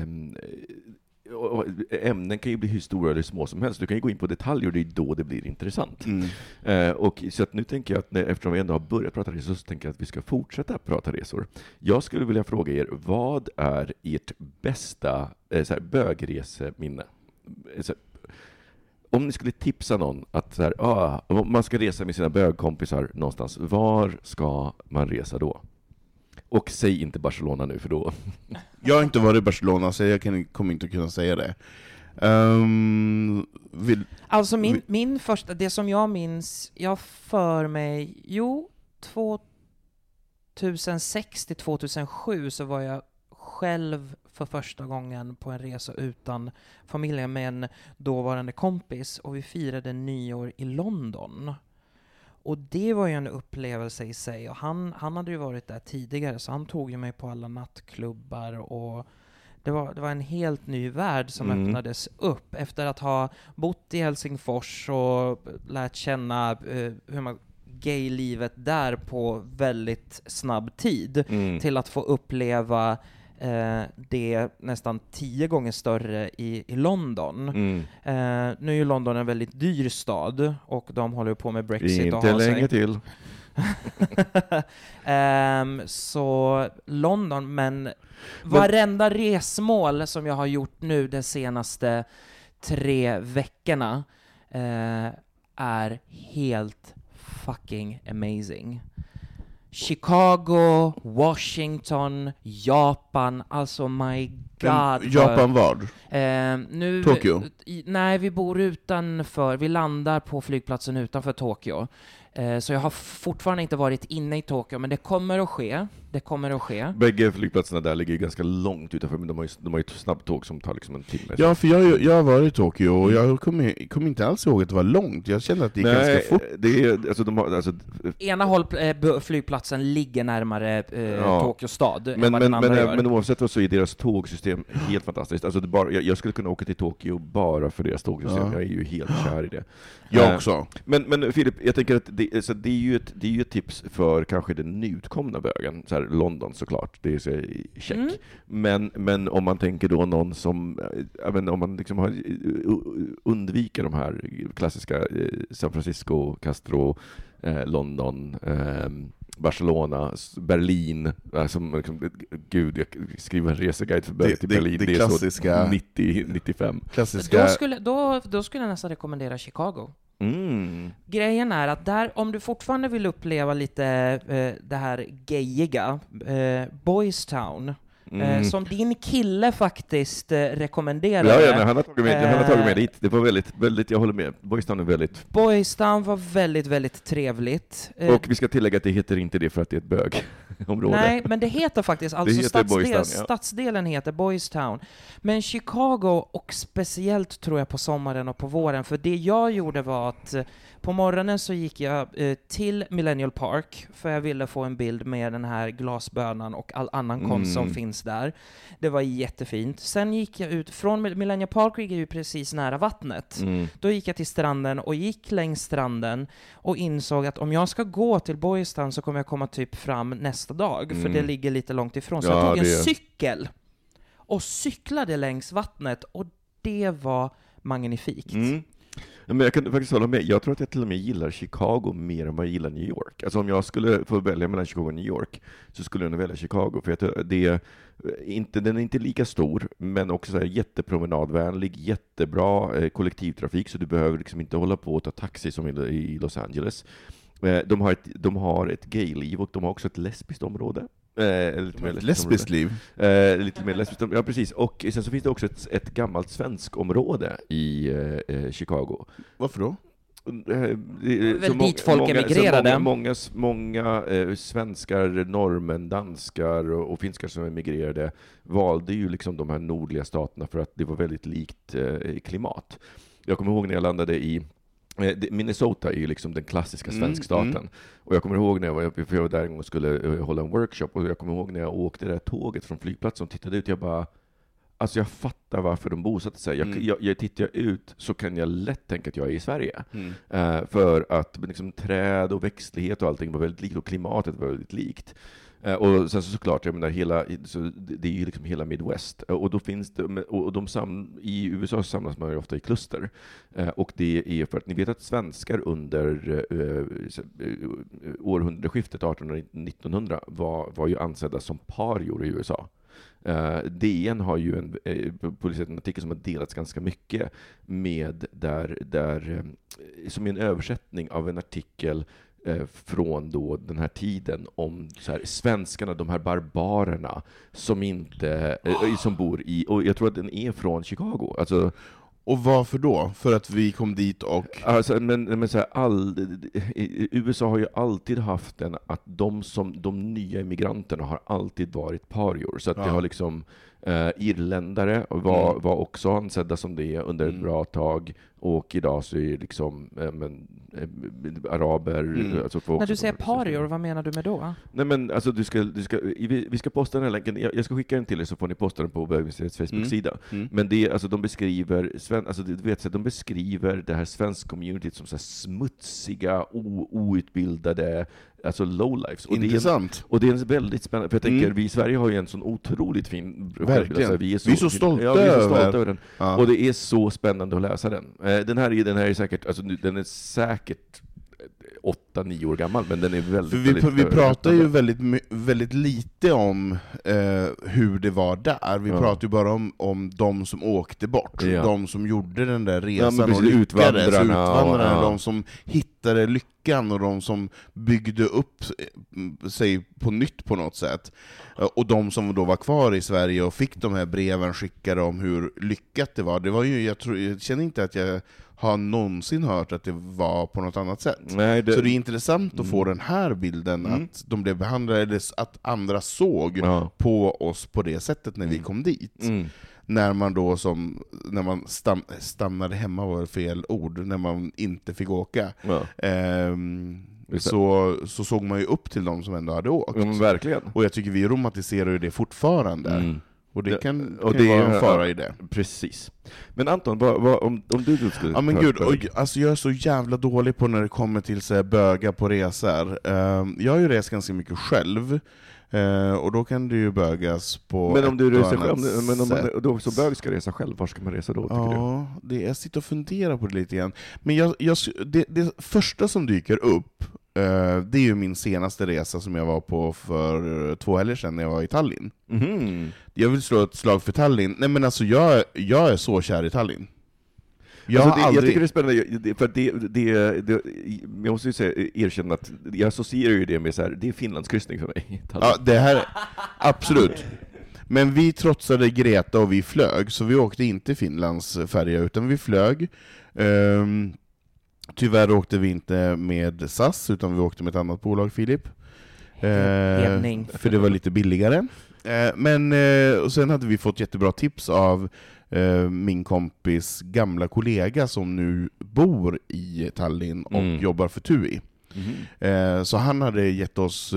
ämnen kan ju bli hur stora eller små som helst. Du kan ju gå in på detaljer, och det är då det blir intressant. Och så att nu tänker jag att eftersom vi ändå har börjat prata resor, så tänker jag att vi ska fortsätta prata resor. Jag skulle vilja fråga er, vad är ert bästa bögreseminne? Om ni skulle tipsa någon att om man ska resa med sina bögkompisar någonstans, var ska man resa då? Och säg inte Barcelona nu, för då... Jag har inte varit i Barcelona, så jag kommer inte kunna säga det. Alltså min första, det som jag minns, jag för mig, 2006 till 2007 så var jag själv för första gången på en resa utan familjen med en dåvarande kompis, och vi firade nyår i London. Och det var ju en upplevelse i sig, och han hade ju varit där tidigare, så han tog ju mig på alla nattklubbar, och det var en helt ny värld som öppnades upp efter att ha bott i Helsingfors och lärt känna hur man gay-livet där på väldigt snabb tid, till att få uppleva det nästan 10 gånger större i London. Nu är ju London en väldigt dyr stad, och de håller på med Brexit. Inte och länge till. Så London, men varenda resmål som jag har gjort nu de senaste 3 veckorna är helt fucking amazing. Chicago, Washington, Japan, alltså my god. Japan vad? Nu, Tokyo? Nej, vi bor utanför, vi landar på flygplatsen utanför Tokyo. Så jag har fortfarande inte varit inne i Tokyo, men det kommer att ske. Bägge flygplatserna där ligger ganska långt utanför, men de har ju ett snabbtåg som tar liksom en timme. Ja, för jag har varit i Tokyo och jag kommer inte alls ihåg att det var långt. Jag kände att det gick ganska fort. Det är, ena flygplatsen ligger närmare Tokyo stad än vad den andra gör. Men oavsett vad så är deras tågsystem helt fantastiskt. Alltså jag skulle kunna åka till Tokyo bara för deras tågsystem. Jag är ju helt kär i det. Jag också. Men Filip, jag tänker att det är ju ett tips för kanske den nyutkomna bögen. Så här, London såklart, det är så check. Men om man tänker då någon som, om man liksom undviker de här klassiska San Francisco, Castro, London, Barcelona, Berlin, liksom, gud, jag skriver en reseguide för bögen till Berlin. Det klassiska 90-95. Klassiska. Då skulle jag nästan rekommendera Chicago. Grejen är att där, om du fortfarande vill uppleva lite det här gayiga, Boys Town, som din kille faktiskt rekommenderade. Ja, han har tagit med dit. Det var väldigt, jag håller med. Boys Town var väldigt, väldigt trevligt. Och vi ska tillägga att det heter inte det för att det är ett bögområde. Nej, men det heter faktiskt, stadsdelen heter Boys Town. Men Chicago, och speciellt tror jag på sommaren och på våren, för det jag gjorde var att på morgonen så gick jag till Millennial Park för jag ville få en bild med den här glasbönan och all annan konst som finns där. Det var jättefint. Sen gick jag ut från Millennial Park, gick jag ju precis nära vattnet. Då gick jag till stranden och gick längs stranden och insåg att om jag ska gå till Boys Town så kommer jag komma typ fram nästa dag, för det ligger lite långt ifrån. Så jag tog en cykel och cyklade längs vattnet, och det var magnifikt. Men jag kan faktiskt hålla med. Jag tror att jag till och med gillar Chicago mer än vad jag gillar New York. Alltså om jag skulle få välja mellan Chicago och New York så skulle jag nog välja Chicago. För den är inte lika stor, men också så här jättepromenadvänlig, jättebra kollektivtrafik, så du behöver liksom inte hålla på och ta taxi som i Los Angeles. De har ett gayliv, och de har också ett lesbiskt område. Lesbiskt liv? Lite mer lesbiskt, ja precis. Och sen så finns det också ett gammalt svensk område i Chicago. Varför då? Dit folk emigrerade. Många svenskar, norrmän, danskar och finskar som emigrerade valde ju liksom de här nordliga staterna för att det var väldigt likt klimat. Jag kommer ihåg när jag landade i Minnesota är ju liksom den klassiska svenskstaten. Och jag kommer ihåg när jag var där en gång och skulle hålla en workshop, och jag kommer ihåg när jag åkte det där tåget från flygplatsen och tittade ut, jag bara, alltså jag fattar varför de bosatte sig. Jag tittar ut så kan jag lätt tänka att jag är i Sverige. För att liksom, träd och växtlighet och allting var väldigt likt, och klimatet var väldigt likt. Och sen såklart, jag menar, det är ju liksom hela Midwest, och då finns det, och i USA samlas man ju ofta i kluster, och det är för att ni vet att svenskar under århundraskiftet 1800-1900 var ju ansedda som parior i USA. DN har ju publicerat en artikel som har delats ganska mycket med där som är en översättning av en artikel från då den här tiden om så här, svenskarna, de här barbarerna som bor i, och jag tror att den är från Chicago. Alltså, och varför då? För att vi kom dit och... Alltså, men så här, USA har ju alltid haft att de nya immigranterna har alltid varit parior. Så att det har liksom irländare var också ansedda som det under ett bra tag, och idag så är det liksom araber. Alltså folk. När du säger parior, vad menar du med då? Nej, men alltså vi ska posta den här länken. Jag ska skicka den till er så får ni posta den på Bögministeriets Facebook-sida. Men det, alltså, de beskriver det här svenska communityt som så här smutsiga, outbildade, alltså lowlifes. Intressant. Och det är väldigt spännande, för jag tänker, vi i Sverige har ju en sån otroligt fin... Verkligen. Alltså, vi är så stolta över den. Ja. Och det är så spännande att läsa den. Den här är säkert, alltså den är säkert 8-9 år gammal, men den är väldigt... Vi pratar ju väldigt lite om hur det var där. Vi pratar ju bara om de som åkte bort. Ja. De som gjorde den där resan och lyckades. Utvandrarna, de som hittade lyckan och de som byggde upp sig på nytt på något sätt. Och de som då var kvar i Sverige och fick de här breven skickade om hur lyckat det var. Det var ju, jag känner inte att jag har någonsin hört att det var på något annat sätt. Nej, så det är intressant att få den här bilden, att de blev behandlade, eller att andra såg på oss på det sättet när vi kom dit. När man då när man stannade hemma var fel ord, när man inte fick åka. Så såg man ju upp till dem som ändå hade åkt. Verkligen. Och jag tycker vi romantiserar ju det fortfarande. Och det kan vara en fara i det. Precis. Men Anton, om du skulle... Ja men gud, alltså jag är så jävla dålig på när det kommer till så här, böga på resor. Jag har ju rest ganska mycket själv. Och då kan det ju bögas på... Men om du reser själv, men om man då så bög ska resa själv, var ska man resa då, tycker du? Jag sitter och funderar på det lite grann. Men det första som dyker upp, det är ju min senaste resa som jag var på för 2 helger sedan när jag var i Tallinn. Jag vill slå ett slag för Tallinn. Nej men alltså jag är så kär i Tallinn. Jag tycker det är spännande, för jag måste ju erkänna att jag associerar ju det med så här, det är Finlandskryssning för mig. Ja, det här, absolut. Men vi trotsade Greta och vi flög, så vi åkte inte Finlands färja utan vi flög. Tyvärr åkte vi inte med SAS utan vi åkte med ett annat bolag, Filip. För det var lite billigare. Men och sen hade vi fått jättebra tips av min kompis gamla kollega som nu bor i Tallinn och jobbar för TUI. Så han hade gett oss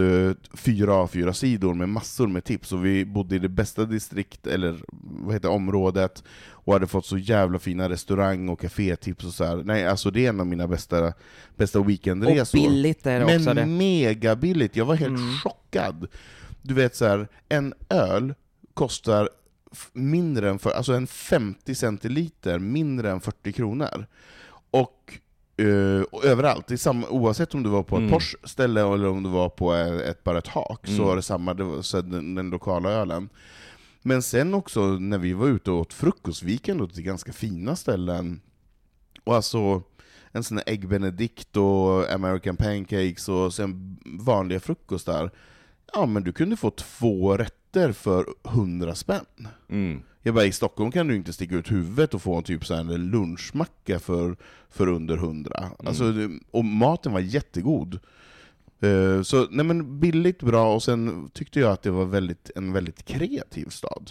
4 sidor med massor med tips, och vi bodde i det bästa distrikt, eller vad heter området, och hade fått så jävla fina restaurang- och kafétips och så här. Nej, alltså det är en av mina bästa weekendresor. Och billigt är det också. Men mega billigt, jag var helt chockad. Du vet så här, en öl kostar mindre än alltså en 50 centiliter mindre än 40 kronor. Och överallt, oavsett om du var på ett Porsche-ställe eller om du var på bara ett hak, så var det samma, den lokala ölen. Men sen också när vi var ute och åt frukost, vi gick ändå till ganska fina ställen. Och alltså en sån här ägg benedict och American pancakes och sen vanliga frukostar. Ja, men du kunde få 2 rätter för 100 spänn. Jag bara, i Stockholm kan du inte sticka ut huvudet och få en typ så här en lunchmacka för under 100. Alltså, och maten var jättegod. Så nej, men billigt, bra, och sen tyckte jag att det var en väldigt kreativ stad.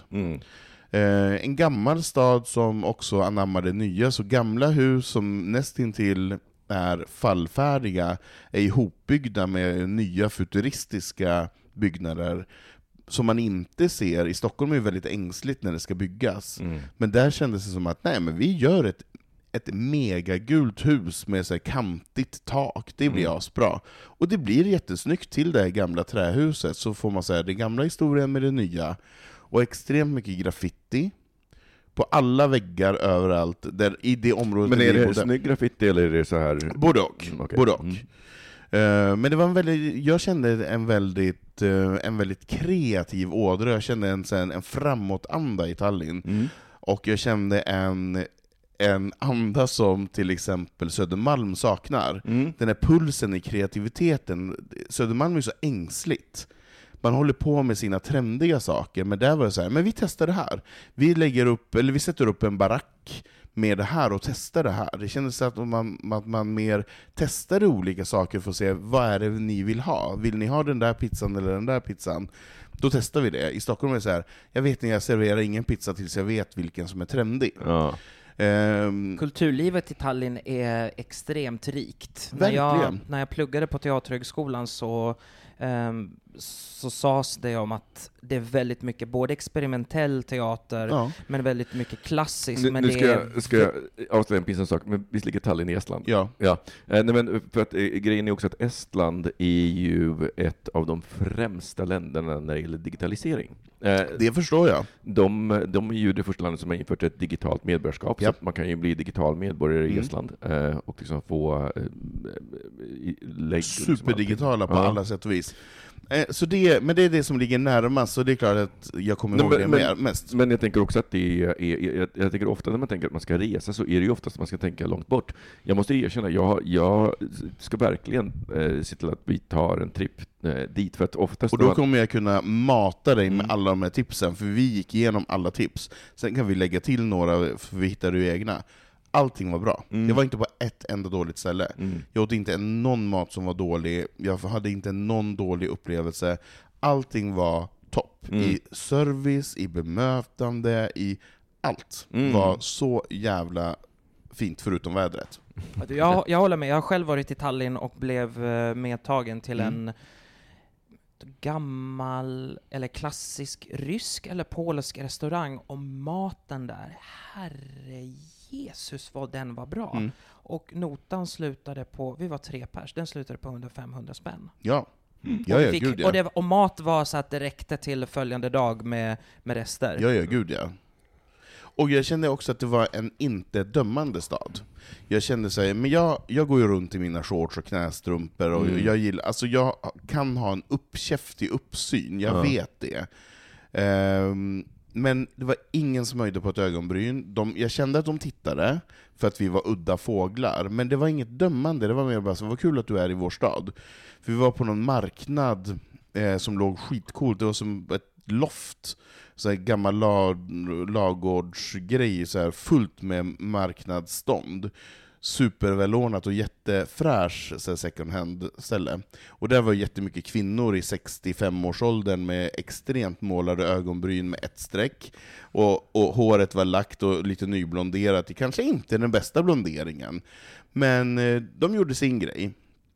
En gammal stad som också anammade nya, så gamla hus som nästintill är fallfärdiga är ihopbyggda med nya futuristiska byggnader som man inte ser. I Stockholm är det väldigt ängsligt när det ska byggas. Men där kändes det som att nej, men vi gör ett megagult hus med så här kantigt tak. Det blir asbra. Och det blir jättesnyggt till det gamla trähuset. Så får man säga den gamla historien med det nya. Och extremt mycket graffiti på alla väggar överallt där i det området. Men är det snygg graffiti eller är det så här? Både och. Men det var jag kände en väldigt kreativ ådra. Jag kände en framåtanda i Tallinn. Och jag kände en anda som till exempel Södermalm saknar. Den här pulsen i kreativiteten. Södermalm är så ängsligt. Man håller på med sina trendiga saker, men där var det så här, men vi testar det här. Vi sätter upp en barack med det här och testar det här. Det kändes att man mer testade olika saker för att se vad är det ni vill ha. Vill ni ha den där pizzan eller den där pizzan? Då testar vi det. I Stockholm är det så här, jag vet inte, jag serverar ingen pizza tills jag vet vilken som är trendig. Ja. Kulturlivet i Tallinn är extremt rikt. Verkligen. När jag pluggade på Teaterhögskolan så så sades det om att det är väldigt mycket både experimentell teater men väldigt mycket klassisk. Nu ska jag avslöja en pinsam sak, men visst ligger Tallinn i Estland? Ja. Nej, men för att grejen är också att Estland är ju ett av de främsta länderna när det gäller digitalisering. Det förstår jag. De är ju det första landet som har infört ett digitalt medborgarskap, så att man kan ju bli digital medborgare i Estland och liksom få superdigitala på alla sätt och vis. Men det är det som ligger närmast, så det är klart att jag kommer ihåg det mest. Men jag tänker också att jag tänker ofta när man tänker att man ska resa, så är det ju oftast att man ska tänka långt bort. Jag måste erkänna, jag ska verkligen se till att vi tar en tripp dit, för att oftast... Och då kommer jag kunna mata dig med alla de här tipsen, för vi gick igenom alla tips. Sen kan vi lägga till några, för vi hittar ju egna. Allting var bra. Det var inte på ett enda dåligt ställe. Jag åt inte någon mat som var dålig. Jag hade inte någon dålig upplevelse. Allting var topp. I service, i bemötande, i allt var så jävla fint, förutom vädret. Jag håller med. Jag har själv varit i Tallinn och blev medtagen till en gammal eller klassisk rysk eller polsk restaurang, och maten där, herre Jesus vad den var bra. Och notan slutade på, vi var 3 pers, den slutade på 100-500 spänn. Och mat var så att det räckte till följande dag med rester. Gud ja. Och jag kände också att det var en inte dömande stad. Jag kände så här, men jag går ju runt i mina shorts och knästrumpor och jag gillar, alltså jag kan ha en uppkäftig uppsyn, jag vet det. Men det var ingen som höjde på ett ögonbryn. Jag kände att de tittade för att vi var udda fåglar, men det var inget dömande, det var mer bara så, vad kul att du är i vår stad. För vi var på någon marknad som låg skitcoolt, det var som ett loft, så här gammal lagårdsgrej, så här fullt med marknadsstånd, supervälordnat och jättefräsch second hand ställe. Och där var jättemycket kvinnor i 65-årsåldern med extremt målade ögonbryn med ett streck, och håret var lagt och lite nyblonderat. Det kanske inte är den bästa blonderingen, men de gjorde sin grej.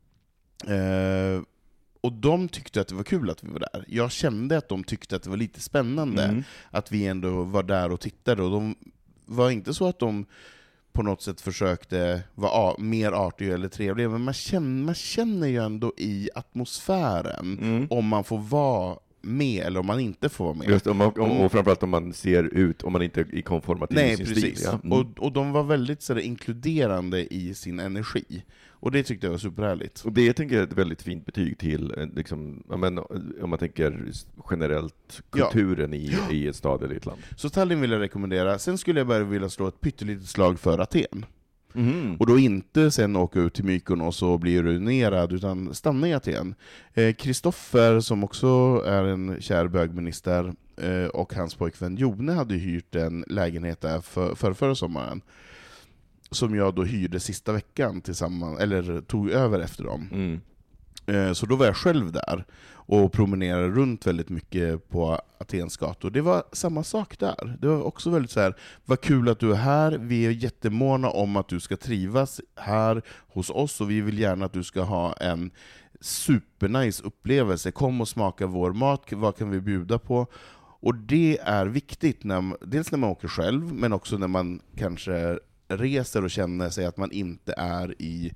Och de tyckte att det var kul att vi var där. Jag kände att de tyckte att det var lite spännande att vi ändå var där och tittade. Och de var inte så att de på något sätt försökte vara mer artiga eller trevliga, men man känner ju ändå i atmosfären om man får vara med eller om man inte får vara med. Just, och framförallt om man ser ut, om man inte är konformativ i sin stil. Ja. Och de var väldigt så där, inkluderande i sin energi. Och det tyckte jag var superhärligt. Och det tänker jag är ett väldigt fint betyg till, liksom, om man tänker generellt kulturen i en stad eller ett land. Så Tallinn vill jag rekommendera. Sen skulle jag bara vilja slå ett pyttelitet slag för Aten. Och då inte sen åka ut till Mykonos och bli ruinerad, utan stanna i Aten. Kristoffer, som också är en kär bögminister, och hans pojkvän Jone hade hyrt en lägenhet där förra sommaren, som jag då hyrde sista veckan tillsammans, eller tog över efter dem. Så då var jag själv där och promenerade runt väldigt mycket på Atens gator. Det var samma sak där. Det var också väldigt så här, vad kul att du är här. Vi är jättemåna om att du ska trivas här hos oss, och vi vill gärna att du ska ha en supernice upplevelse. Kom och smaka vår mat, vad kan vi bjuda på? Och det är viktigt, dels när man åker själv, men också när man kanske reser och känner sig att man inte är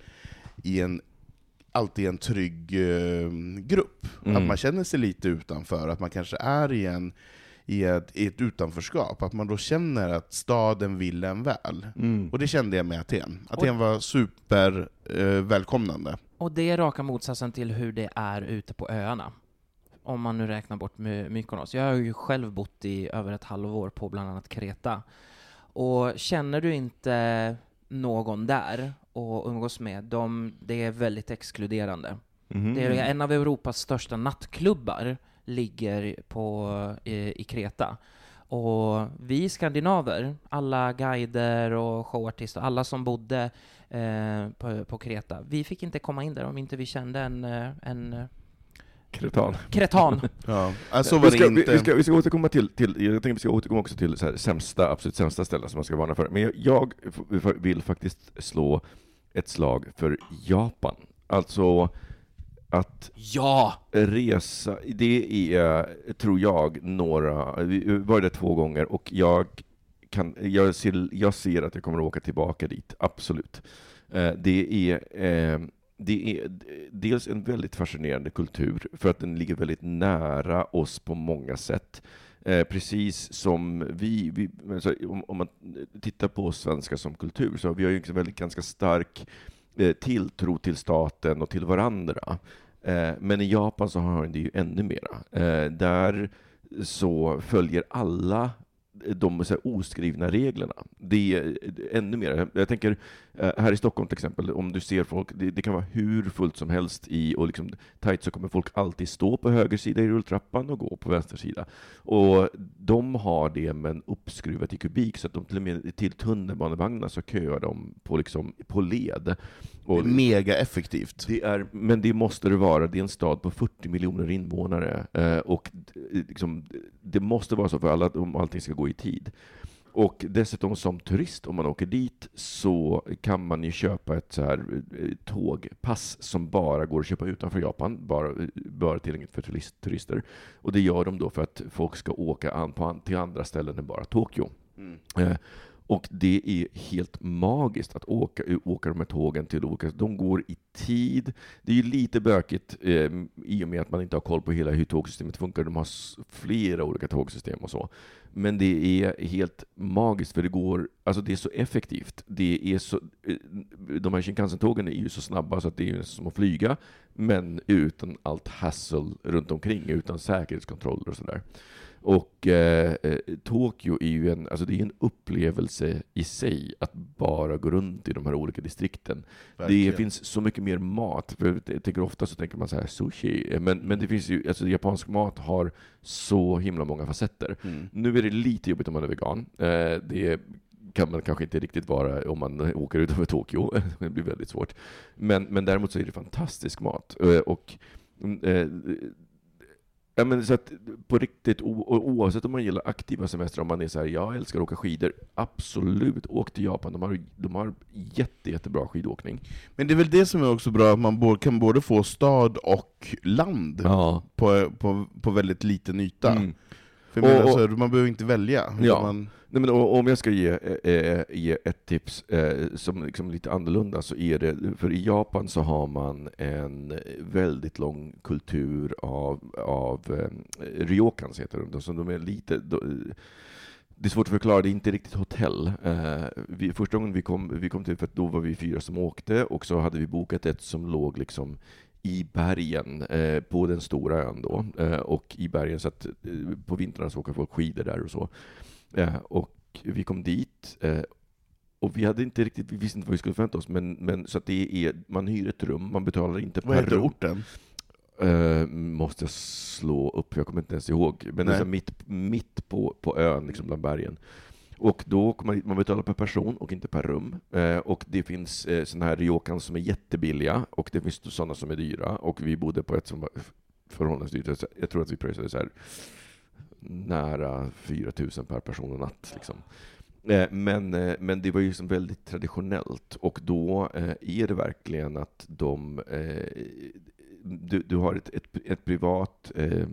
alltid en trygg grupp. Att man känner sig lite utanför, att man kanske är i ett utanförskap, att man då känner att staden vill en väl. Och det kände jag med Aten. Aten var super välkomnande. Och det är raka motsatsen till hur det är ute på öarna. Om man nu räknar bort Mykonos. Jag har ju själv bott i över ett halvår på bland annat Kreta. Och känner du inte någon där och umgås med dem, det är väldigt exkluderande. Det är en av Europas största nattklubbar ligger i Kreta. Och vi skandinaver, alla guider och showartister, alla som bodde på Kreta, vi fick inte komma in där om inte vi kände en kretan. Ja, alltså var det inte. Vi ska återkomma till jag tänker vi ska återkomma också till så här absolut sämsta ställen som man ska varna för. Men jag vill faktiskt slå ett slag för Japan. Alltså att resa, det är, tror jag, vi var där 2 gånger och jag ser att jag kommer att åka tillbaka dit, absolut. Det är dels en väldigt fascinerande kultur för att den ligger väldigt nära oss på många sätt. Precis som vi om man tittar på svenska som kultur, så har vi ju en väldigt ganska stark tilltro till staten och till varandra. Men i Japan så har det ju ännu mera. Där så följer alla de så här oskrivna reglerna. Det är ännu mer. Jag tänker här i Stockholm till exempel, om du ser folk, det kan vara hur fullt som helst och liksom tajt, så kommer folk alltid stå på höger sida i rulltrappan och gå på vänster sida. Och de har det men uppskruvat i kubik, så att de till och med till tunnelbanevagnar så köar de på led. Och det är mega effektivt. Men det måste det vara. Det är en stad på 40 miljoner invånare. Och liksom, det måste vara så för alla om allting ska gå i tid. Och dessutom som turist, om man åker dit, så kan man ju köpa ett så här tågpass som bara går att köpa utanför Japan, bara tillgängligt för turister. Och det gör de då för att folk ska åka till andra ställen än bara Tokyo. Och det är helt magiskt att åka de här tågen till olika. De går i tid. Det är ju lite bökigt i och med att man inte har koll på hur tågsystemet funkar. De har flera olika tågsystem och så. Men det är helt magiskt för det går, alltså det är så effektivt. Det är så, de här Shinkansen-tågen är ju så snabba så att det är som att flyga, men utan allt hassle runt omkring, utan säkerhetskontroller och sådär. Och Tokyo är ju det är en upplevelse i sig att bara gå runt i de här olika distrikten. Verkligen. Det finns så mycket mer mat. För jag tänker ofta så tänker man så här sushi, men det finns ju, alltså japansk mat har så himla många facetter. Nu är det lite jobbigt om man är vegan. Det kan man kanske inte riktigt vara om man åker utanför Tokyo. Det blir väldigt svårt. Men däremot så är det fantastisk mat. Ja, men så att på riktigt, oavsett om man gillar aktiva semester, om man är så här, jag älskar att åka skidor, absolut, åk till Japan. De har jättebra skidåkning. Men det är väl det som är också bra, att man kan både få stad och land på väldigt liten yta. För man behöver inte välja. Ja. Nej, men om jag ska ge ett tips som liksom lite annorlunda, så är det, för i Japan så har man en väldigt lång kultur av ryokans heter de, som de är lite. Det är svårt att förklara, det är inte riktigt hotell. Första gången vi kom till, för att då var vi 4 som åkte, och så hade vi bokat ett som låg liksom i bergen på den stora ön då, och i bergen, så att på vintrarna så åker folk skidor där och så. Och vi kom dit och vi visste inte vad vi skulle förvänta oss, men så att man hyr ett rum, man betalar inte per rum. Vad heter orten? Måste jag slå upp, jag kommer inte ens ihåg, men det är så mitt på ön liksom bland bergen. Och då kommer man betala per person och inte per rum. Och det finns såna här ryokan som är jättebilliga, och det finns sådana som är dyra, och vi bodde på ett som var förhållandevis dyrt. Jag tror att vi pröjsade så här nära 4 000 per person och natt liksom. Men det var ju som väldigt traditionellt, och då är det verkligen att du har ett privat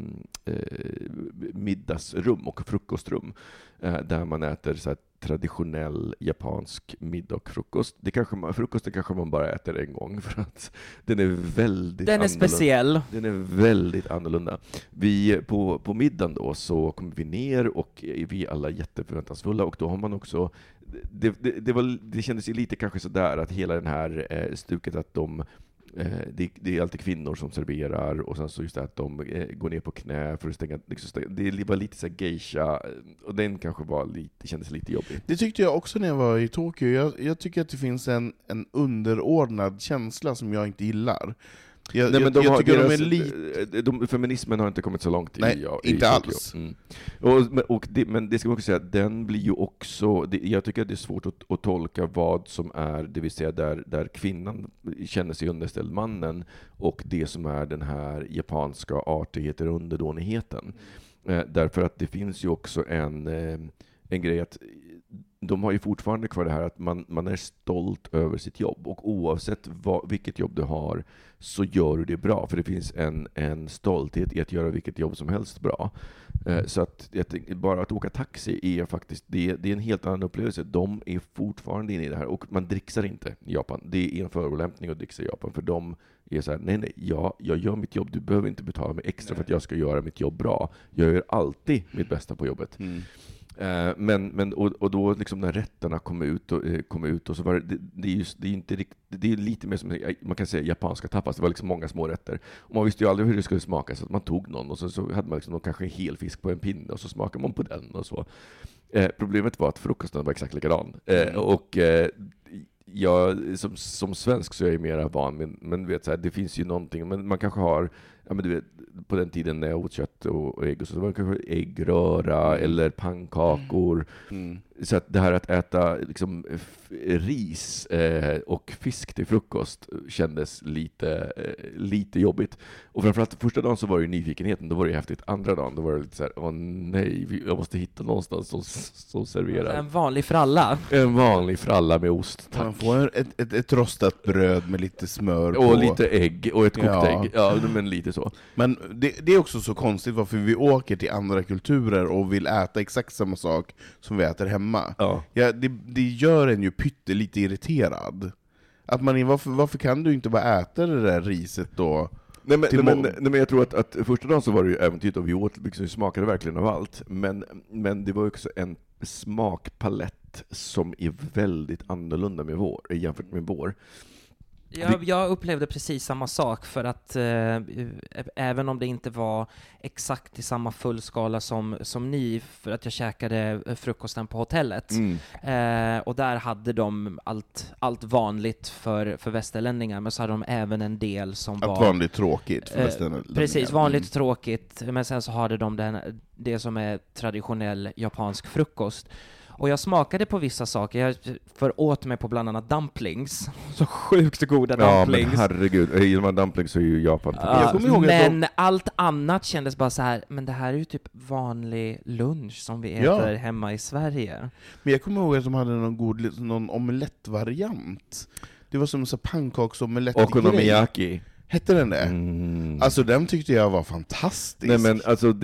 middagsrum och frukostrum där man äter så här traditionell japansk middag och frukost. Frukosten kanske man bara äter en gång, för att den är väldigt annorlunda. Speciell. Den är väldigt annorlunda. På middagen då så kommer vi ner, och vi är alla jätteförväntansfulla, och då har man också det kändes ju lite kanske så där att hela den här stuket att det är alltid kvinnor som serverar, och sen så just det att de går ner på knä för att stänga, liksom, det var lite så här geisha, och den kanske kändes lite jobbig. Det tyckte jag också när jag var i Tokyo. Jag tycker att det finns en underordnad känsla som jag inte gillar. Feminismen har inte kommit så långt. Nej, inte alls. Men det ska man också säga, den blir ju också, jag tycker att det är svårt att tolka vad som är, det vill säga där kvinnan känner sig underställd mannen, och det som är den här japanska artigheten och underdånigheten. Därför att det finns ju också en grej att de har ju fortfarande kvar det här att man är stolt över sitt jobb, och oavsett vilket jobb du har så gör du det bra, för det finns en stolthet i att göra vilket jobb som helst bra. Så att bara att åka taxi är faktiskt, det är en helt annan upplevelse. De är fortfarande inne i det här, och man dricksar inte i Japan. Det är en förolämpning att dricksa i Japan, för de är så här, nej, jag gör mitt jobb, du behöver inte betala mig extra för att jag ska göra mitt jobb bra. Jag gör alltid mitt bästa på jobbet. Men då liksom när rätterna kom ut och så var det är lite mer som man kan säga japanska tapas. Det var liksom många små rätter, och man visste ju aldrig hur det skulle smaka, så att man tog någon och så hade man liksom kanske en hel fisk på en pinne och så smakar man på den och så. Problemet var att frukosten var exakt likadan. Och jag som svensk så är jag mera van, men vet så här, det finns ju någonting, men man kanske har, ja men du vet, på den tiden när jag åt kött och ägg och så var det kanske äggröra eller pannkakor. Så att det här att äta liksom ris och fisk till frukost kändes lite jobbigt. Och framförallt första dagen så var det ju nyfikenheten, då var det ju häftigt. Andra dagen då var det lite så här, åh nej, jag måste hitta någonstans som serverar. En vanlig fralla. En vanlig fralla med ost, tack. Man får ett rostat bröd med lite smör och på. Lite ägg och ett kokt ägg. Ja, men lite så. Men det är också så konstigt varför vi åker till andra kulturer och vill äta exakt samma sak som vi äter hemma. Ja, det gör en ju lite irriterad. Att varför kan du inte bara äta det där riset då? Nej, men jag tror att första dagen så var det ju äventyrt, och vi åt liksom, smakade verkligen av allt. Men det var också en smakpalett som är väldigt annorlunda jämfört med vår. Jag upplevde precis samma sak, för att även om det inte var exakt i samma fullskala som ni, för att jag käkade frukosten på hotellet, och där hade de allt vanligt för västerlänningar, men så hade de även en del som var vanligt tråkigt för västerlänningar. Precis, vanligt tråkigt, men sen så hade de det som är traditionell japansk frukost. Och jag smakade på vissa saker. Jag åt mig på bland annat dumplings. Så sjukt goda dumplings. Ja, men herregud. Gillar man dumplings så är ju Japan. Men allt annat kändes bara så här, men det här är ju typ vanlig lunch som vi äter hemma i Sverige. Men jag kommer ihåg att de hade någon omelettvariant. Det var som en pannkaksomelett. Okonomiyaki. Hette den det? Alltså den tyckte jag var fantastisk. Nej, men alltså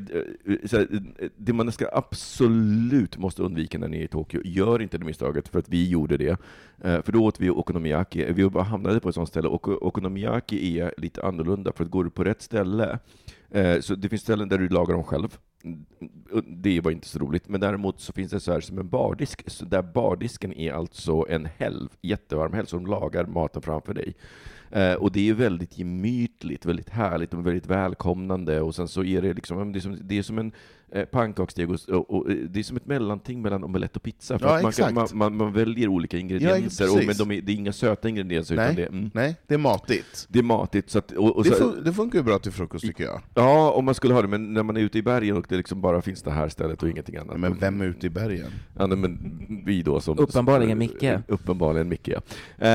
det man ska absolut måste undvika när ni är i Tokyo, gör inte det misstaget, för att vi gjorde det. För då åt vi okonomiyaki. Vi bara hamnade på ett sånt ställe, och okonomiyaki är lite annorlunda, för att går du på rätt ställe, så det finns ställen där du lagar dem själv. Det var inte så roligt, men däremot så finns det så här som en bardisk, så där bardisken är alltså en jättevarm häll som lagar maten framför dig. Och det är väldigt gemytligt, väldigt härligt och väldigt välkomnande, och sen så är det liksom, det är som en pannkaksdeg och det är som ett mellanting mellan omelett och pizza, för att man väljer olika ingredienser, men det är inga söta ingredienser. Nej, det är matigt. Det är matigt, så att, det funkar ju bra till frukost, tycker jag. Ja, om man skulle ha det, men när man är ute i bergen och det liksom bara finns det här stället och ingenting annat. Men vem är ute i bergen? Ja, men vi då som... Uppenbarligen Micke. Uppenbarligen Micke, ja.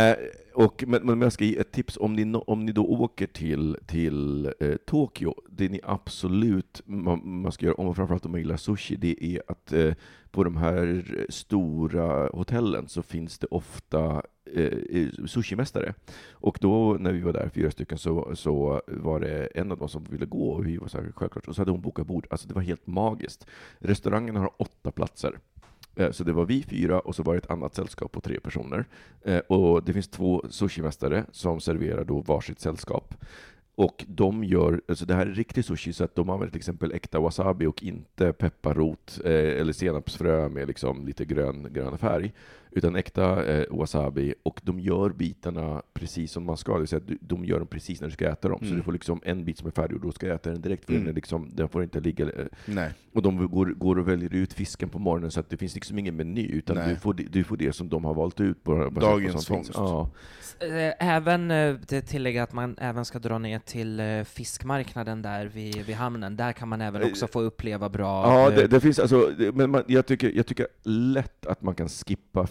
Men jag ska ge ett tips om ni då åker till Tokyo. Det ni absolut man ska göra, om framförallt om man gillar sushi, det är att på de här stora hotellen så finns det ofta sushimästare. Och då när vi var där 4 stycken så var det en av dem som ville gå, och vi var så här, självklart, och så hade hon bokat bord. Alltså det var helt magiskt. Restaurangen har 8 platser. Så det var vi 4 och så var det ett annat sällskap på 3 personer. Och det finns 2 sushimästare som serverar då varsitt sällskap. Och de gör, alltså det här är riktig sushi, så att de använder till exempel äkta wasabi och inte pepparrot eller senapsfrö med liksom lite grön färg, utan äkta wasabi, och de gör bitarna precis som man ska, det vill säga de gör dem precis när du ska äta dem, så du får liksom en bit som är färdig och då ska jag äta den direkt, för den får inte ligga. Nej. Och de går och väljer ut fisken på morgonen, så att det finns liksom ingen meny, utan du får det som de har valt ut på dagens fångst. Ja. Även det tillägger att man även ska dra ner till fiskmarknaden där vid hamnen. Där kan man även också få uppleva bra... Ja, det finns alltså, men jag tycker lätt att man kan skippa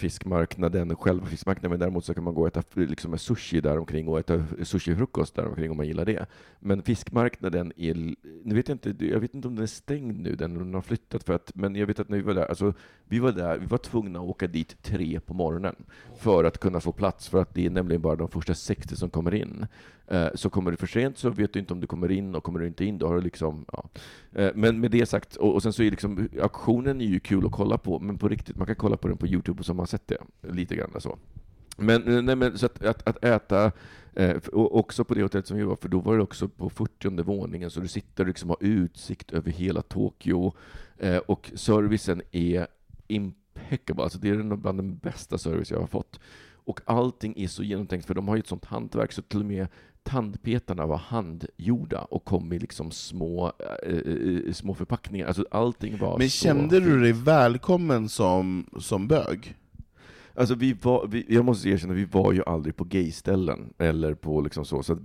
fiskmarknaden, själva fiskmarknaden, men däremot så kan man gå och äta liksom sushi där omkring och äta sushi-frukost där omkring om man gillar det. Men fiskmarknaden är, jag vet inte om den är stängd nu, den har flyttat men jag vet att när vi var där, alltså vi var tvungna att åka dit 3 på morgonen för att kunna få plats, för att det är nämligen bara de första 60 som kommer in. Så kommer du för sent så vet du inte om du kommer in, och kommer du inte in då har du liksom, ja. Men med det sagt, och sen så är liksom auktionen är ju kul att kolla på, men på riktigt, man kan kolla på den på YouTube så man har sett det lite grann så. Men så att äta och också på det hotellet som vi var, för då var det också på 40:e våningen, så du sitter liksom har utsikt över hela Tokyo, och servicen är impeccable, alltså det är bland den bästa service jag har fått. Och allting är så genomtänkt, för de har ju ett sånt hantverk så till och med tandpetarna var handgjorda och kom i liksom små förpackningar. Alltså allting var. Men kände du dig välkommen som bög? Alltså jag måste erkänna, vi var ju aldrig på gayställen eller på liksom så att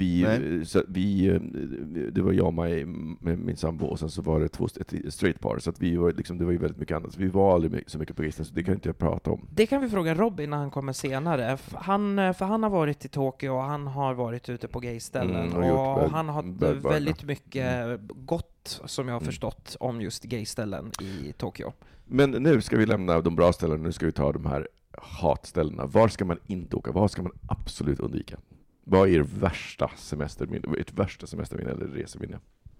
det var jag med min sambo, och sen så var det ett straight par, så att vi var liksom, det var ju väldigt mycket annat. Så vi var aldrig så mycket på gayställen, så det kan inte jag prata om. Det kan vi fråga Robin när han kommer senare. Han har varit i Tokyo och han har varit ute på gayställen, och han har väldigt mycket gott, som jag har förstått, om just gayställen i Tokyo. Men nu ska vi lämna de bra ställena, nu ska vi ta de här hatställena. Var ska man inte åka? Vad ska man absolut undvika? Vad är ert värsta semesterminne eller reseminne?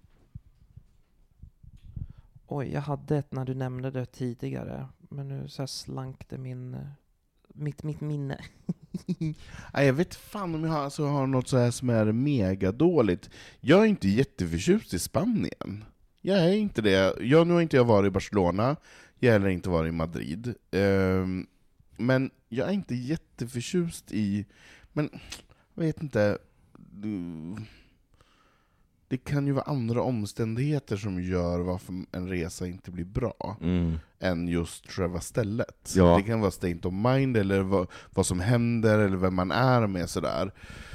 Oj, jag hade ett när du nämnde det tidigare, men nu så slank det mitt minne. Jag vet fan om jag har något så här som är mega dåligt. Jag är inte jätteförtjust i Spanien. Jag är inte det. Nu har inte jag varit i Barcelona. Jag har heller inte varit i Madrid. Men jag är inte jätteförtjust i... Men jag vet inte... Det kan ju vara andra omständigheter som gör varför en resa inte blir bra än just själva stället. Ja. Det kan vara state of mind, eller vad som händer, eller vem man är med sådär.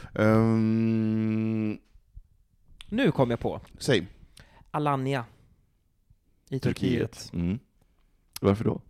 Nu kom jag på. Säg. Alanya i Turkiet. Varför då?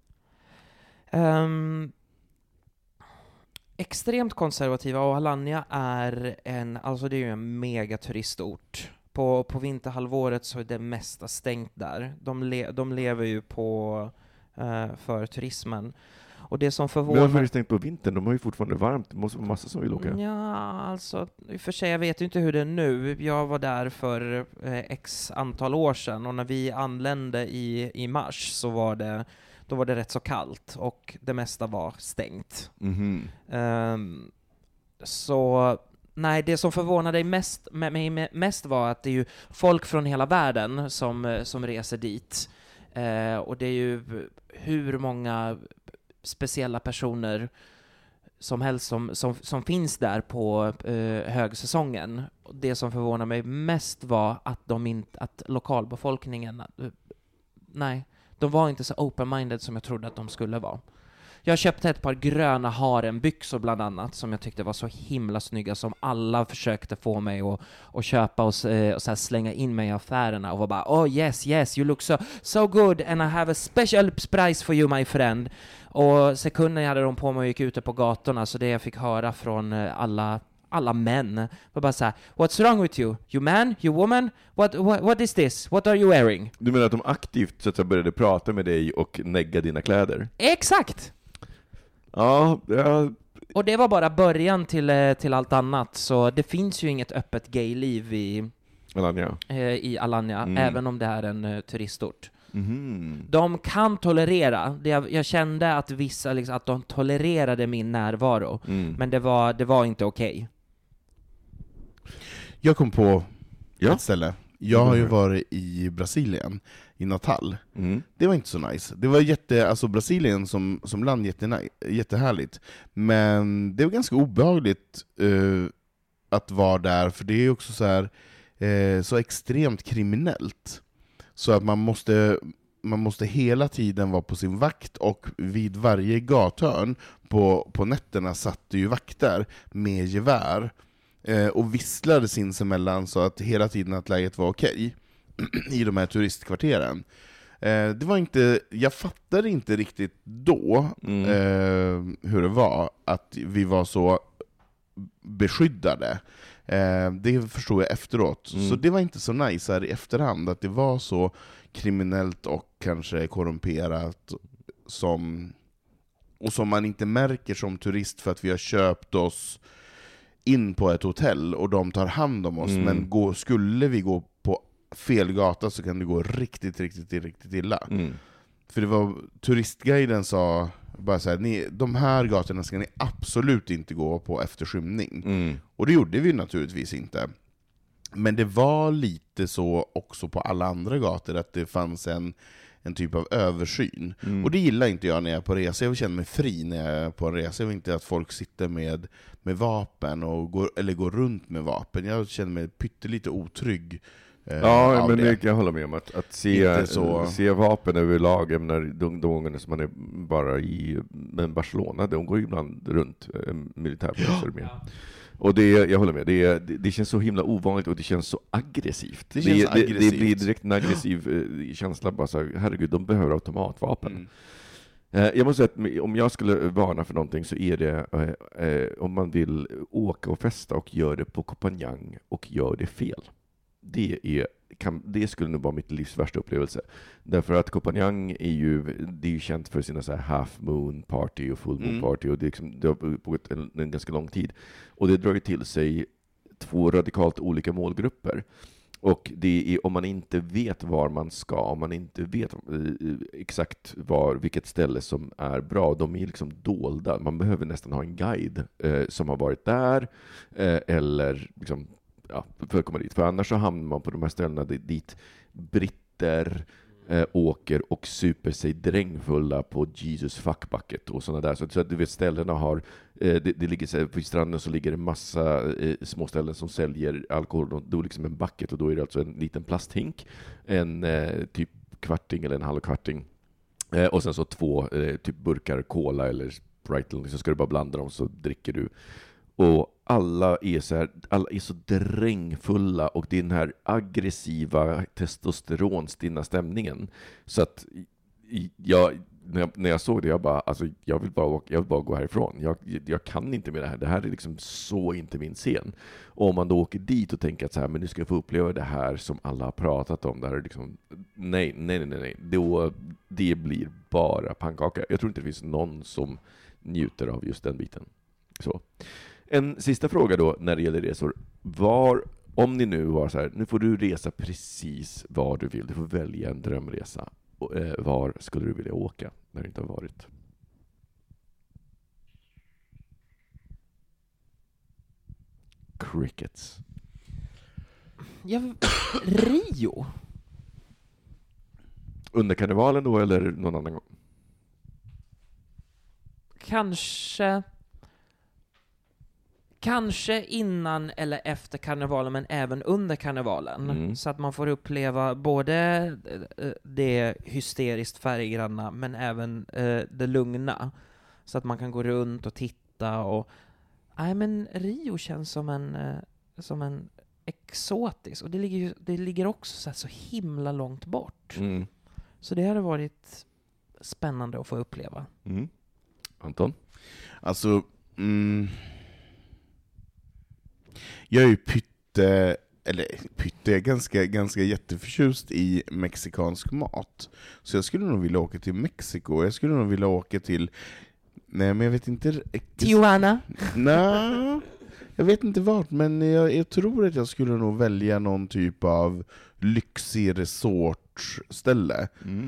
Extremt konservativa, och Alanya är det är ju en mega turistort. På vinterhalvåret så är det mesta stängt där. De lever ju för turismen. Och det som förvånar... Men varför är det stängt på vintern? De har ju fortfarande varmt. Det måste vara massa som vill åka. Ja, alltså i och för sig, jag vet ju inte hur det är nu. Jag var där för x antal år sedan, och när vi anlände i mars så var det rätt så kallt och det mesta var stängt. Så nej, det som förvånade mig mest var att det är ju folk från hela världen som reser dit. Och det är ju hur många speciella personer som helst som finns där på högsäsongen. Det som förvånade mig mest var att lokalbefolkningen de var inte så open-minded som jag trodde att de skulle vara. Jag köpte ett par gröna harenbyxor bland annat, som jag tyckte var så himla snygga, som alla försökte få mig att köpa och så här slänga in mig i affärerna, och var bara oh yes you look so good and I have a special price for you my friend. Och sekunden jag hade dem på mig och gick ute på gatorna, så det jag fick höra från alla män var bara såhär, what's wrong with you? You man? You woman? What is this? What are you wearing? Du menar att de aktivt så att började prata med dig och negga dina kläder? Exakt! Ja. Och det var bara början till allt annat, så det finns ju inget öppet gayliv i Alanya, även om det är en turistort. De kan tolerera, jag kände att vissa liksom, att de tolererade min närvaro, men det var inte okej. Jag kom på ett ställe. Jag har ju varit i Brasilien, i Natal. Det var inte så nice. Det var Brasilien som land jättehärligt. Men det var ganska obehagligt att vara där, för det är också så extremt kriminellt. Så att man måste hela tiden vara på sin vakt, och vid varje gathörn på nätterna satt det ju vakter med gevär och visslade sinsemellan, så att hela tiden att läget var okej i de här turistkvarteren. Det var inte, jag fattade inte riktigt då hur det var att vi var så beskyddade. Det förstod jag efteråt. Så det var inte så nice här i efterhand att det var så kriminellt och kanske korrumperat som man inte märker som turist för att vi har köpt oss in på ett hotell och de tar hand om oss. Men skulle vi gå på fel gata så kan det gå riktigt illa. För det var turistguiden sa bara så här, de här gatorna ska ni absolut inte gå på efter skymning. Och det gjorde vi naturligtvis inte. Men det var lite så också på alla andra gator att det fanns en typ av översyn. Och det gillar inte jag när jag är på resa. Jag vill känna mig fri när jag är på en resa. Jag vill inte att folk sitter med vapen eller går runt med vapen. Jag känner mig pyttelite otrygg. Ja, men det kan jag hålla med om. Att se vapen överlag, när de gångerna som man är bara i Barcelona, de går ju ibland runt militärpoliser med. Och jag håller med, det känns så himla ovanligt och det känns så aggressivt. Det blir direkt en aggressiv känsla, bara så här, herregud, de behöver automatvapen. Jag måste säga att om jag skulle varna för någonting så är det om man vill åka och festa och gör det på Koh Phangan och gör det fel. Det skulle nog vara mitt livs värsta upplevelse. Därför att Koh Phangan är ju känt för sina så här half moon party och full moon party, och det har pågått en ganska lång tid. Och det drar ju till sig 2 radikalt olika målgrupper. Och det är, om man inte vet var man ska, om man inte vet exakt vilket ställe som är bra, de är liksom dolda. Man behöver nästan ha en guide som har varit där eller liksom för att komma dit. För annars så hamnar man på de här ställena dit britter åker och super sig drängfulla på Jesus fuck bucket och sådana där. Så att du vet, ställena har det ligger så på stranden, så ligger det massa små ställen som säljer alkohol. Då är liksom en bucket, och då är det alltså en liten plasthink, en typ kvarting eller en halvkvarting, och sen så 2 typ burkar cola eller Sprite, så ska du bara blanda dem, så dricker du. Och alla är så drängfulla, och det är den här aggressiva testosteronstinna stämningen. Så att när jag såg det, jag bara, alltså jag vill bara gå härifrån. Jag kan inte med det här. Det här är liksom så inte min scen. Och om man då åker dit och tänker att så här, men nu ska jag få uppleva det här som alla har pratat om, det här är liksom, nej. Då, det blir bara pannkaka. Jag tror inte det finns någon som njuter av just den biten. Så. En sista fråga då när det gäller resor. Om ni nu var så här, nu får du resa precis var du vill. Du får välja en drömresa. Var skulle du vilja åka när du inte har varit? Crickets. Rio. Under karnevalen då, eller någon annan gång? Kanske innan eller efter karnevalen, men även under karnevalen. Så att man får uppleva både det hysteriskt färggranna, men även det lugna. Så att man kan gå runt och titta. Och men Rio känns som en exotisk. Och det ligger också så himla långt bort. Så det hade varit spännande att få uppleva. Anton? Alltså... Jag är ju ganska jätteförtjust i mexikansk mat. Så jag skulle nog vilja åka till Mexiko. Jag skulle nog vilja åka till... Nej, men jag vet inte... Tijuana? Nej, jag vet inte vart. Men jag tror att jag skulle nog välja någon typ av lyxig resortställe.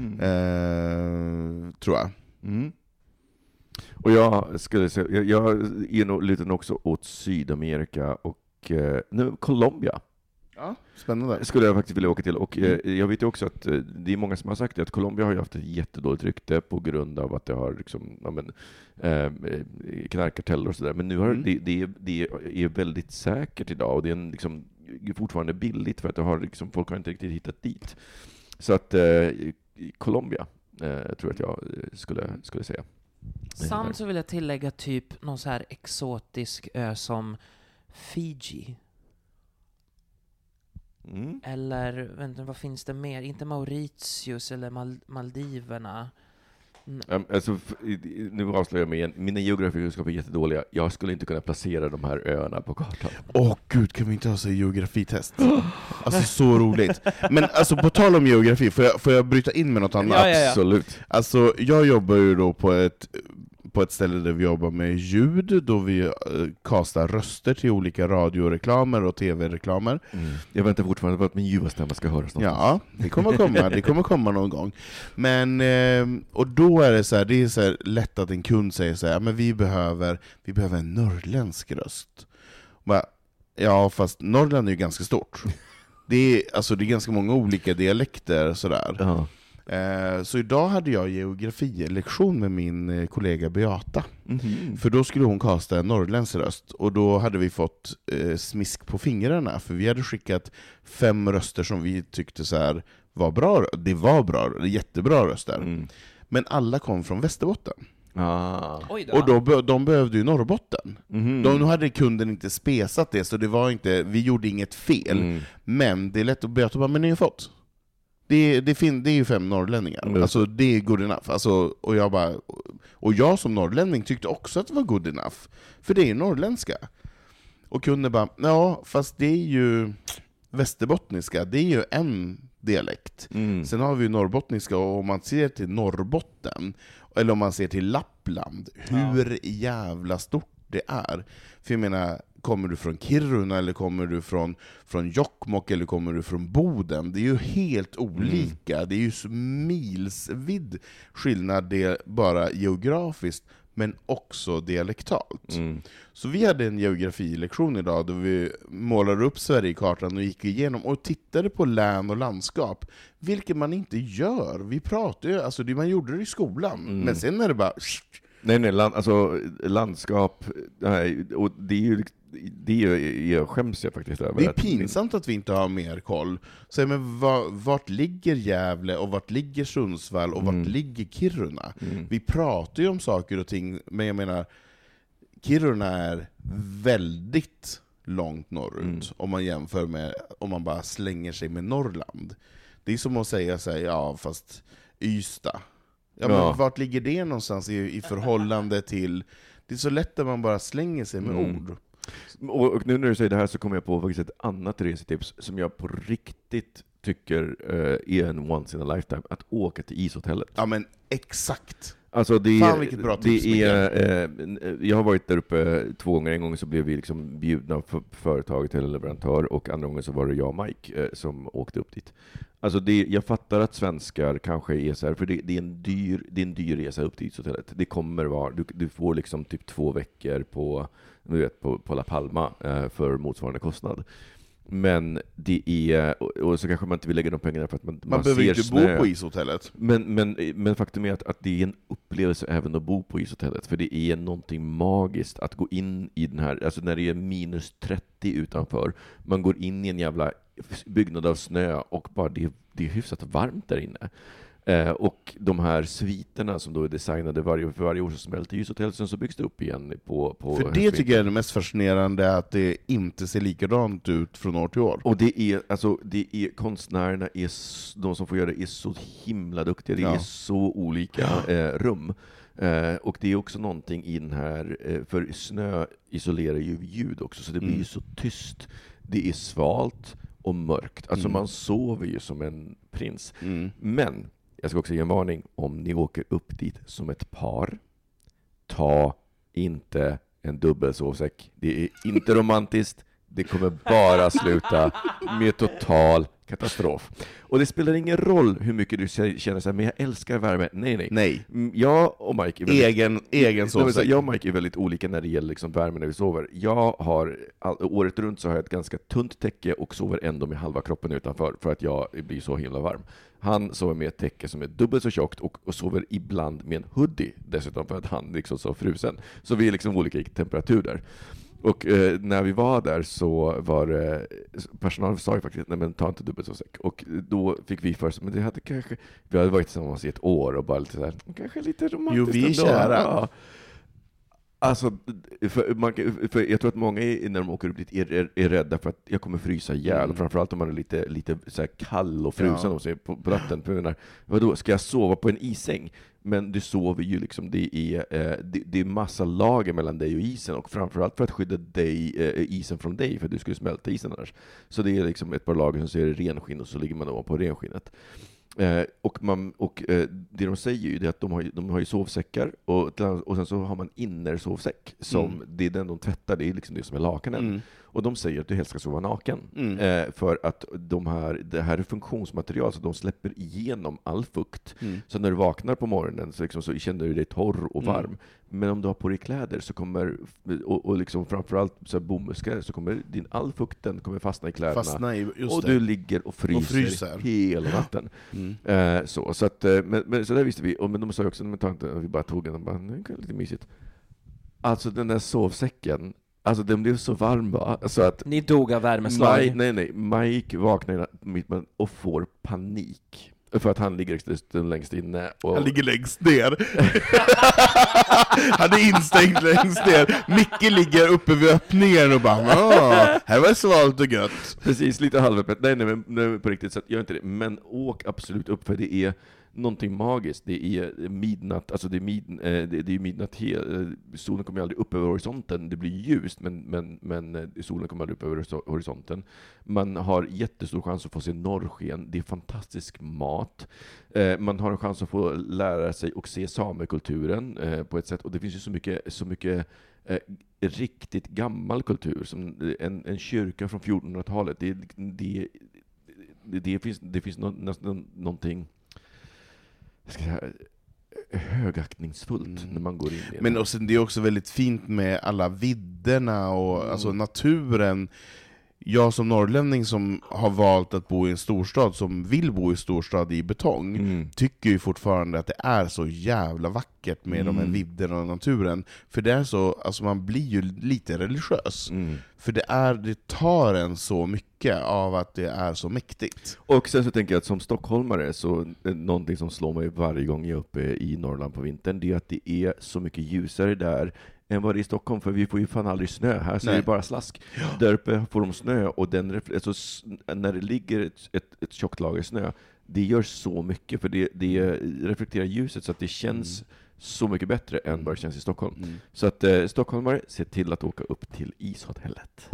Tror jag. Och jag skulle säga, jag är nog lite också åt Sydamerika och nu Colombia. Ja, spännande. Skulle jag faktiskt vilja åka till. Och jag vet ju också att det är många som har sagt att Colombia har ju haft ett jättedåligt rykte på grund av att det har liksom, knarkkarteller och sådär. Men nu har det är väldigt säkert idag, och det är liksom fortfarande billigt för att det har liksom, folk har inte riktigt hittat dit. Så att Colombia tror jag att jag skulle säga. Samt så vill jag tillägga typ någon så här exotisk ö som Fiji. Eller vänta, vad finns det mer? Inte Mauritius eller Maldiverna. Alltså, nu avslöjar jag mig igen. Mina geografikunskaper är jättedåliga. Jag skulle inte kunna placera de här öarna på kartan. Gud, kan vi inte ha så geografitest? Alltså så roligt. Men alltså på tal om geografi, får jag bryta in med något annat? Ja. Absolut. Alltså jag jobbar ju då på ett ställe där vi jobbar med ljud, då vi kastar röster till olika radioreklamer och tv-reklamer. Jag väntar fortfarande på att min ljuva stämma ska höras någonstans. Ja, det kommer komma någon gång. Men, och då är det så här lätt att en kund säger så här, men vi behöver en norrländsk röst. Ja, fast Norrland är ju ganska stort. Det är ganska många olika dialekter sådär. Ja. Så idag hade jag geografilektion med min kollega Beata. För då skulle hon kasta en norrländsk röst. Och då hade vi fått smisk på fingrarna. För vi hade skickat 5 röster som vi tyckte så här var bra. Det var bra, jättebra röster. Men alla kom från Västerbotten. Och de behövde ju Norrbotten. De hade kunden inte spesat det, så det var inte, vi gjorde inget fel. Men det är lätt att Beata bara, men ni har fått. Det är ju 5 norrlänningar. Alltså det är good enough. Alltså, och jag som norrlänning tyckte också att det var good enough. För det är ju norrländska. Och kunden bara, ja fast det är ju västerbottniska. Det är ju en dialekt. Sen har vi ju norrbottniska, och om man ser till Norrbotten eller om man ser till Lappland, hur jävla stort det är. För jag menar, kommer du från Kiruna eller kommer du från Jokkmokk eller kommer du från Boden? Det är ju helt olika. Det är ju så milsvid skillnad, det bara geografiskt men också dialektalt. Så vi hade en geografilektion idag då vi målade upp Sverigekartan och gick igenom och tittade på län och landskap, vilket man inte gör. Vi pratade ju, alltså man gjorde det i skolan, men sen är det bara... Nej, landskap, och jag skäms jag faktiskt över. Det är pinsamt att vi inte har mer koll. Så, men vart ligger Gävle och vart ligger Sundsvall och vart ligger Kiruna? Vi pratar ju om saker och ting, men jag menar, Kiruna är väldigt långt norrut om man jämför med, om man bara slänger sig med Norrland. Det är som att säga så här, ja fast Ystad. Ja, men vart ligger det någonstans i förhållande till... Det är så lätt att man bara slänger sig med ord. Och nu när du säger det här så kommer jag på faktiskt ett annat resetips som jag på riktigt tycker är en once in a lifetime. Att åka till ishotellet. Ja, men exakt. Alltså Fan, vilket bra tips. Jag har varit där uppe 2 gånger. En gång så blev vi liksom bjudna av företaget eller leverantör, och andra gången så var det jag och Mike som åkte upp dit. Alltså jag fattar att svenskar kanske är så här, för det är en dyr resa upp till ishotellet. Det kommer vara, du får liksom typ 2 veckor på La Palma för motsvarande kostnad. Men det är, och så kanske man inte vill lägga de pengarna för att man behöver ser inte snö. bo på ishotellet. Men faktum är att det är en upplevelse även att bo på ishotellet, för det är någonting magiskt att gå in i den här, alltså när det är minus 30 utanför, man går in i en jävla byggnad av snö och bara det är hyfsat varmt där inne. Och de här sviterna som då är designade varje år, så smälter ishotellet, sen så byggs det upp igen på för det tycker jag är det mest fascinerande, att det inte ser likadant ut från år till år. Och det är konstnärerna, de som får göra det är så himla duktiga. Det är så olika rum. Och det är också någonting i den här, för snö isolerar ju ljud också, så det blir ju så tyst. Det är svalt och mörkt. Alltså man sover ju som en prins. Men jag ska också ge en varning, om ni åker upp dit som ett par, ta inte en dubbelsovsäck. Det är inte romantiskt. Det kommer bara sluta med total katastrof. Och det spelar ingen roll hur mycket du känner så här, men jag älskar värme. Nej. Jag och Mike är väldigt, egen sovsäck. Jag och Mike är väldigt olika när det gäller liksom värme när vi sover. Jag har året runt så har jag ett ganska tunt täcke och sover ändå med halva kroppen utanför, för att jag blir så himla varm. Han sover med ett täcke som är dubbelt så tjockt och sover ibland med en hoodie dessutom, för att han liksom så frusen. Så vi är liksom olika i temperatur där. Och när vi var där så var det, personalen sa ju faktiskt, nej men ta inte dubbelsovsäck. Och då fick vi först, men det hade kanske, vi hade varit tillsammans i ett år och bara lite så här, kanske lite romantiskt. Jo, vi är kära. Ja. Alltså, för jag tror att många när de åker upp dit är rädda för att jag kommer frysa ihjäl. Framförallt om man är lite så här kall och frusen på natten. För vadå, ska jag sova på en isäng? Men du sover ju liksom, det är massa lager mellan dig och isen, och framförallt för att skydda isen från dig, för att du skulle smälta isen annars. Så det är liksom ett par lager som ser renskinn, och så ligger man ovanpå renskinnet. Det de säger ju är att de har ju sovsäckar, och sen så har man innersovsäck som det är den de tvättar, det är liksom det som är lakanen. Och de säger att du helst ska sova naken. För att det här är funktionsmaterial, så de släpper igenom all fukt. Så när du vaknar på morgonen så känner du dig torr och varm. Men om du har på dig kläder så kommer, och liksom framförallt så bomullskläder, så kommer all fukten kommer fastna i kläderna. Och du ligger och fryser hela natten. Så där visste vi. Men de sa också, vi bara tog den, det är lite mysigt. Alltså den där sovsäcken, alltså den blev så varm så att ni dog av värmeslag. Nej. Mike vaknar och får panik. För att han ligger längst inne. Han ligger längst ner. Han är instängd längst ner. Micke ligger uppe vid öppningen och bara, här var det svalt och gött. Precis, lite halvöppet. Nej, på riktigt, så gör inte det. Men åk absolut upp, för det är någonting magiskt. Det är midnatt, alltså det är midnatt. Solen kommer aldrig upp över horisonten. Det blir ljust, men solen kommer aldrig upp över horisonten. Man har jättestor chans att få se norrsken. Det är fantastisk mat. Man har en chans att få lära sig och se samekulturen på ett sätt. Och det finns ju så mycket riktigt gammal kultur, som en kyrka från 1400-talet. Det finns nästan någonting högaktningsfullt när man går in i det. Men det är också väldigt fint med alla vidderna och alltså naturen. Jag som norrlänning som har valt att bo i en storstad, som vill bo i storstad i betong, tycker ju fortfarande att det är så jävla vackert med de här vidderna och naturen. För det är så, alltså man blir ju lite religiös. För det tar en så mycket av att det är så mäktigt. Och sen så tänker jag att som stockholmare, så någonting som slår mig varje gång jag är uppe i Norrland på vintern, det är att det är så mycket ljusare där än vad det är i Stockholm, för vi får ju fan aldrig snö här, så det är bara slask. Där uppe får de snö, och när det ligger ett tjockt lager snö, det gör så mycket, för det reflekterar ljuset så att det känns så mycket bättre än vad det känns i Stockholm. Så att stockholmare, se till att åka upp till ishotellet.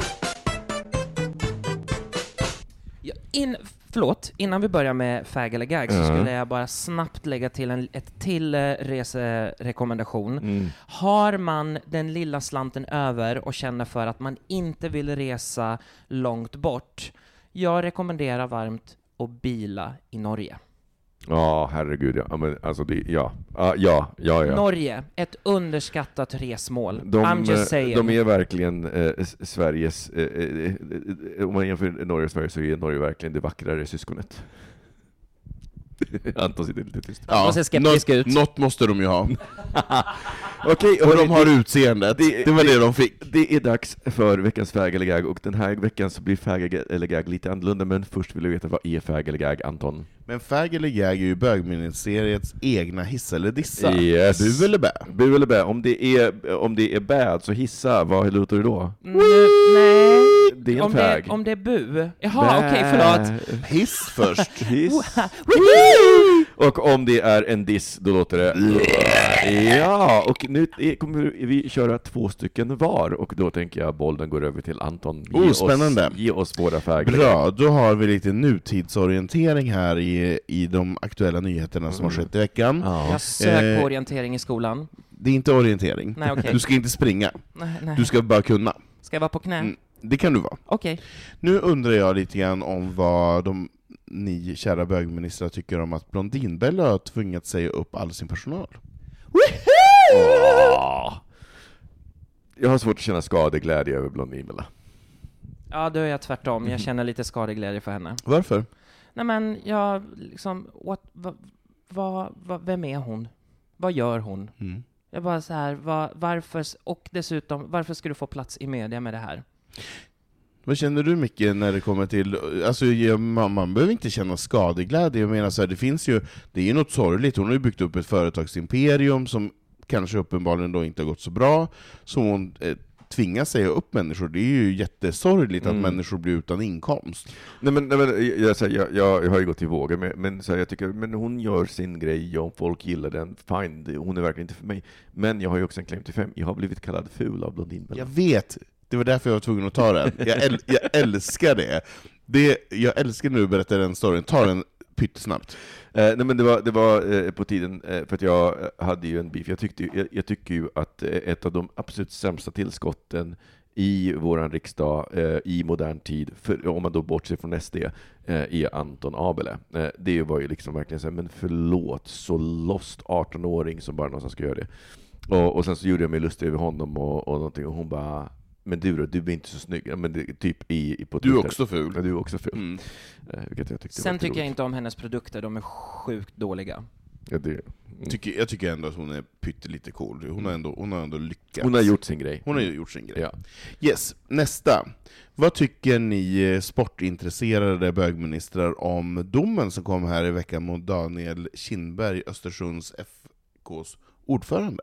Innan vi börjar med fag eller gag så skulle jag bara snabbt lägga till ett till reserekommendation. Har man den lilla slanten över och känner för att man inte vill resa långt bort, jag rekommenderar varmt att bila i Norge. Ja, herregud, ja. Men alltså ja. Norge, ett underskattat resmål. I'm just saying. De är verkligen Sveriges, om man jämför Norge och Sverige, så är Norge verkligen det vackrare syskonet. Anton sitter lite tyst. Ja, ser skeptisk ut. Något måste de ju ha. Okej, och de har utseendet. Det var det de fick. Det är dags för veckans fag eller gag, och den här veckan så blir fag eller gag lite annorlunda, men först vill jag veta, vad är fag eller gag, Anton? Men fag eller gag är ju bögministeriets egna hissa eller dissa. Yes. Bu eller bä? Bu eller bä. Om det är bad, så hissa, vad låter det då? Nej. Det är en fag. Om det är bu. Jaha, okej, förlåt. Hiss först. Hiss. Och om det är en diss, då låter det ja, och nu kommer vi köra 2 stycken var, och då tänker jag bollen går över till Anton. Spännande. Ge oss våra fag. Bra, då har vi lite nutidsorientering här i de aktuella nyheterna som har skett i veckan. Jag söker på orientering i skolan. Det är inte orientering. Nej, okay. Du ska inte springa. Nej. Du ska bara kunna. Ska jag vara på knä? Det kan du vara. Okej. Nu undrar jag lite grann om vad ni kära bögministrar tycker om att Blondinbella har tvingat säga upp all sin personal. Jag har svårt att känna skadeglädje över Blondinbella. Ja, då är jag tvärtom. Jag känner lite skadeglädje för henne. Varför? Nej, men jag liksom... vem är hon? Vad gör hon? Jag bara så här, varför... Och dessutom, varför ska du få plats i media med det här? Vad känner du, Micke, när det kommer till... Alltså, man behöver inte känna skadeglädje. Jag menar så här, det är ju något sorgligt. Hon har ju byggt upp ett företagsimperium som kanske uppenbarligen då inte har gått så bra, så hon tvingas säga upp människor. Det är ju jättesorgligt att människor blir utan inkomst. Nej, men jag har ju gått i vågor, men så här, jag tycker, men hon gör sin grej, om folk gillar den, fine, hon är verkligen inte för mig. Men jag har ju också en claim to fame. Jag har blivit kallad ful av Blondinbella. Jag vet, det var därför jag var tvungen att ta den. Jag älskar det. Jag älskar när du berättar den storyn. Ta den pyttesnabbt. Nej, men det var på tiden, för att jag hade ju en beef. Jag tycker ju att ett av de absolut sämsta tillskotten i våran riksdag i modern tid, om man då bortser från SD, är Anton Abele. Det var ju liksom verkligen så här, men förlåt, så lost 18-åring som bara någonstans ska göra det. Och sen så gjorde jag mig lustig över honom och någonting, och hon bara, men du är inte så snygg. Men det, typ på du är också ful. Ja, du är också ful. Vilket jag sen tycker jag inte om hennes produkter, de är sjukt dåliga. Ja, Jag tycker ändå att hon är pyttelite cool. Hon har ändå lyckats. Hon har gjort sin grej. Ja. Yes, nästa. Vad tycker ni sportintresserade bögministrar om domen som kom här i veckan mot Daniel Kindberg, Östersunds FKs ordförande?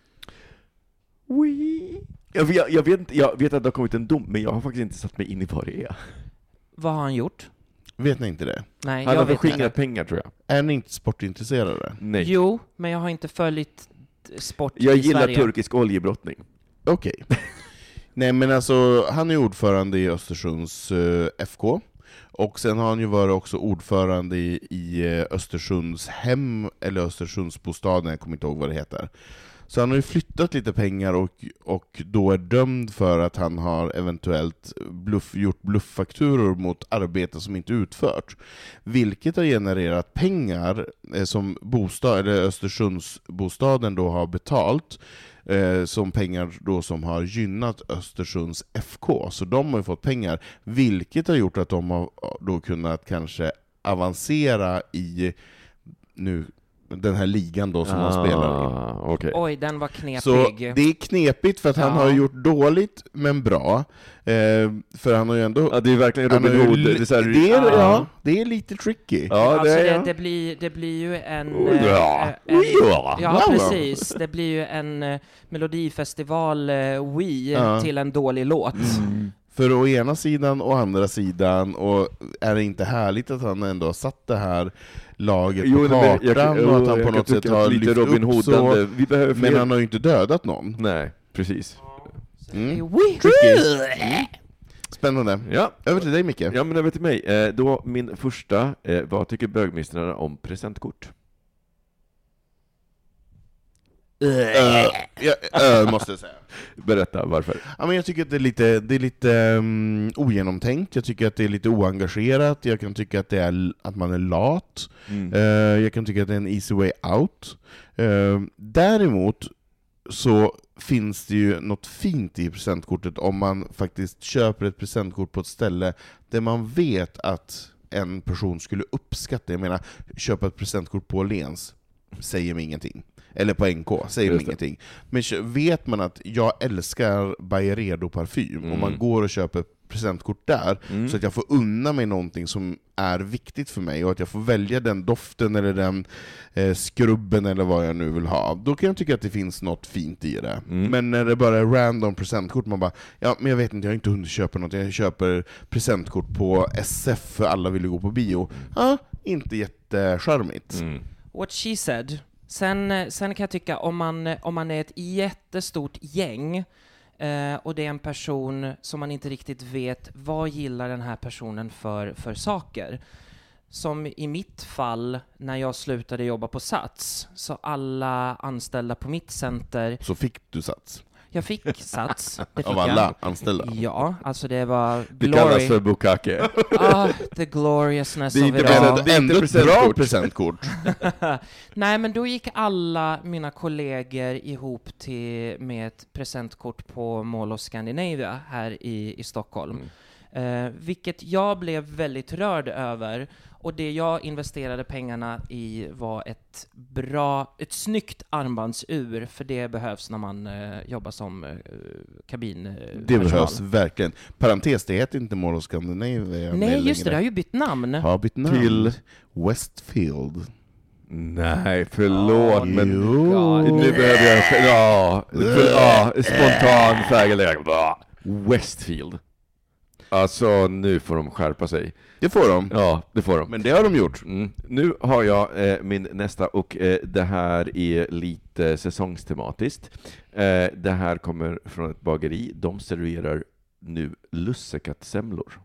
Jag vet att det har kommit en dom, men jag har faktiskt inte satt mig in i vad det är. Vad har han gjort? Vet ni inte det? Nej, han jag har vet skingrat inte. pengar, tror jag. Är ni inte sportintresserade? Nej. Jo, men jag har inte följt sport Jag i gillar Sverige. turkisk oljebrottning. Okej. Nej, men alltså, han är ordförande i Östersunds FK. Och sen har han ju varit också ordförande i Östersunds hem, eller Östersundsbostaden, jag kommer inte ihåg vad det heter. Så han har ju flyttat lite pengar och då är dömd för att han har eventuellt gjort blufffakturor mot arbete som inte utfört. Vilket har genererat pengar som Östersundsbostaden då har betalt, som pengar då som har gynnat Östersunds FK. Så de har ju fått pengar, vilket har gjort att de har då kunnat kanske avancera i den här ligan då som han spelar i. Okay. Oj, den var knepig. Så det är knepigt för att han har gjort dåligt men bra. För han har ju ändå... Ja, det är verkligen Robin Hood. Det är lite tricky. Ja, alltså det blir ju ja, precis. Det blir ju en Melodifestival till en dålig låt. För å ena sidan och andra sidan, och är det inte härligt att han ändå har satt det här laget på kartan och att han på något sätt har lite lyft Robin upp så, men han har ju inte dödat någon. Nej, precis. Spännande. Ja. Över till dig, Micke. Ja, men över till mig. Då min första, vad tycker bögministrarna om presentkort? Måste jag säga. Berätta varför. Ja, men jag tycker att det är lite ogenomtänkt. Jag tycker att det är lite oengagerat. Jag kan tycka att att man är lat. Jag kan tycka att det är en easy way out. Däremot så finns det ju något fint i presentkortet om man faktiskt köper ett presentkort på ett ställe där man vet att en person skulle uppskatta. Jag menar, köpa ett presentkort på Åhléns säger mig ingenting. Eller på NK, säger mig ingenting. Men vet man att jag älskar Byredo parfym och man går och köper presentkort där så att jag får unna mig någonting som är viktigt för mig och att jag får välja den doften eller den skrubben eller vad jag nu vill ha, då kan jag tycka att det finns något fint i det. Men när det bara är random presentkort, man bara, ja men jag vet inte, jag har inte hunnit köpa något, jag köper presentkort på SF för alla vill gå på bio. Ja, inte jättecharmigt. What she said. Sen kan jag tycka, om man är ett jättestort gäng och det är en person som man inte riktigt vet vad gillar den här personen för saker. Som i mitt fall, när jag slutade jobba på Sats, så alla anställda på mitt center... Så fick du Sats? Jag fick Sats. Det fick av alla anställda? Ja, alltså det var glory. Det kallas för bukake. The gloriousness of it all. Det är ändå ett bra presentkort. Nej, men då gick alla mina kollegor ihop med ett presentkort på Mall of Scandinavia här i Stockholm. Vilket jag blev väldigt rörd över. Och det jag investerade pengarna i var ett snyggt armbandsur, för det behövs när man jobbar som kabinpersonal. Det behövs verkligen. Parentes, det heter inte Mall of Scandinavia. Nej, just det har ju bytt namn. Har bytt namn till Westfield. Nej, förlåt, men God. nu behöver jag spontan färgläge. Westfield. Alltså, nu får de skärpa sig. Det får de. Ja, det får de. Men det har de gjort. Nu har jag min nästa, och det här är lite säsongstematiskt. Det här kommer från ett bageri. De serverar nu lussekattsemlor.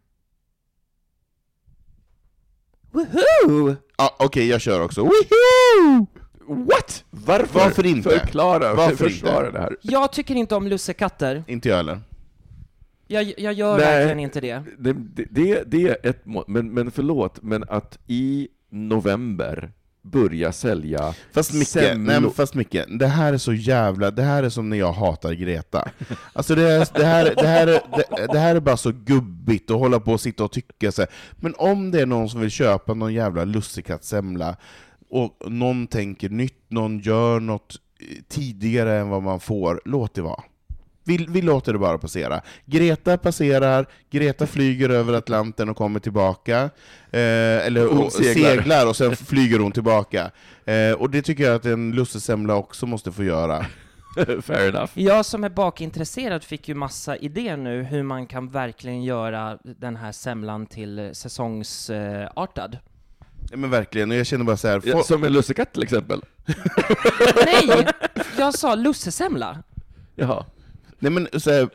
Woohoo! Ja, okej, jag kör också. Woohoo! What? Varför inte? Förklara, Varför försvara inte? det här. Jag tycker inte om lussekatter. Inte jag heller. Jag gör verkligen inte det. Det är ett mått, men förlåt, men att i november börja sälja Fast Micke, det här är så jävla, det här är som när jag hatar Greta. Alltså det här är bara så gubbigt att hålla på och sitta och tycka så här. Men om det är någon som vill köpa någon jävla lussekattsemla och någon tänker nytt, någon gör något tidigare än vad man får, låt det vara. Vi låter det bara passera. Greta passerar, Greta flyger över Atlanten och kommer tillbaka. Eller seglar och sen flyger hon tillbaka. Och det tycker jag att en lussesemla också måste få göra. Fair enough. Jag som är bakintresserad fick ju massa idéer nu hur man kan verkligen göra den här semlan till säsongsartad. Ja, men verkligen, och jag känner bara så här. Ja, som en lussekatt till exempel. Nej, jag sa lussesemla. Jaha. Nej, men så här,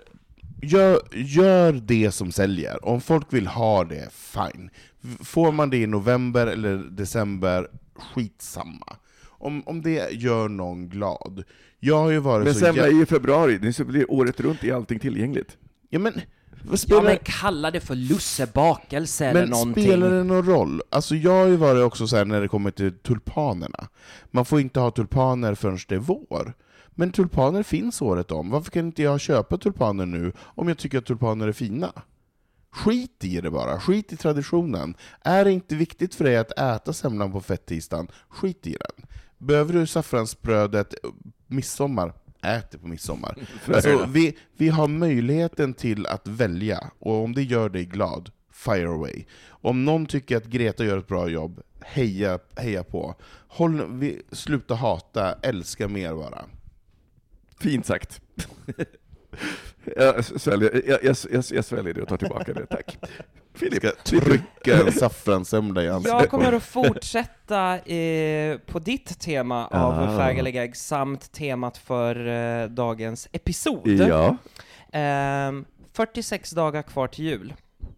gör det som säljer. Om folk vill ha det, fine. Får man det i november eller december, skitsamma. Om det gör någon glad. Jag har ju varit men så... semla är ju februari, det blir året runt, är allting tillgängligt. Ja, men... men kalla det för lussebakelse eller någonting. Men spelar det någon roll? Alltså jag har ju varit också så här när det kommer till tulpanerna. Man får inte ha tulpaner förrän det är vår. Men tulpaner finns året om. Varför kan inte jag köpa tulpaner nu om jag tycker att tulpaner är fina? Skit i det bara. Skit i traditionen. Är det inte viktigt för dig att äta semlan på fettisdagen? Skit i den. Behöver du saffransbrödet midsommar? Ät det på midsommar. Alltså, vi har möjligheten till att välja. Och om det gör dig glad, fire away. Om någon tycker att Greta gör ett bra jobb, heja på. Sluta hata, älska mer bara. Fint sagt. Jag sväljer det och tar tillbaka det, tack. Filip ska trycka en saffransemla i ansiktet. Jag kommer att fortsätta på ditt tema av Färgaliga ägg samt temat för dagens episod. Ja. 46 dagar kvar till jul.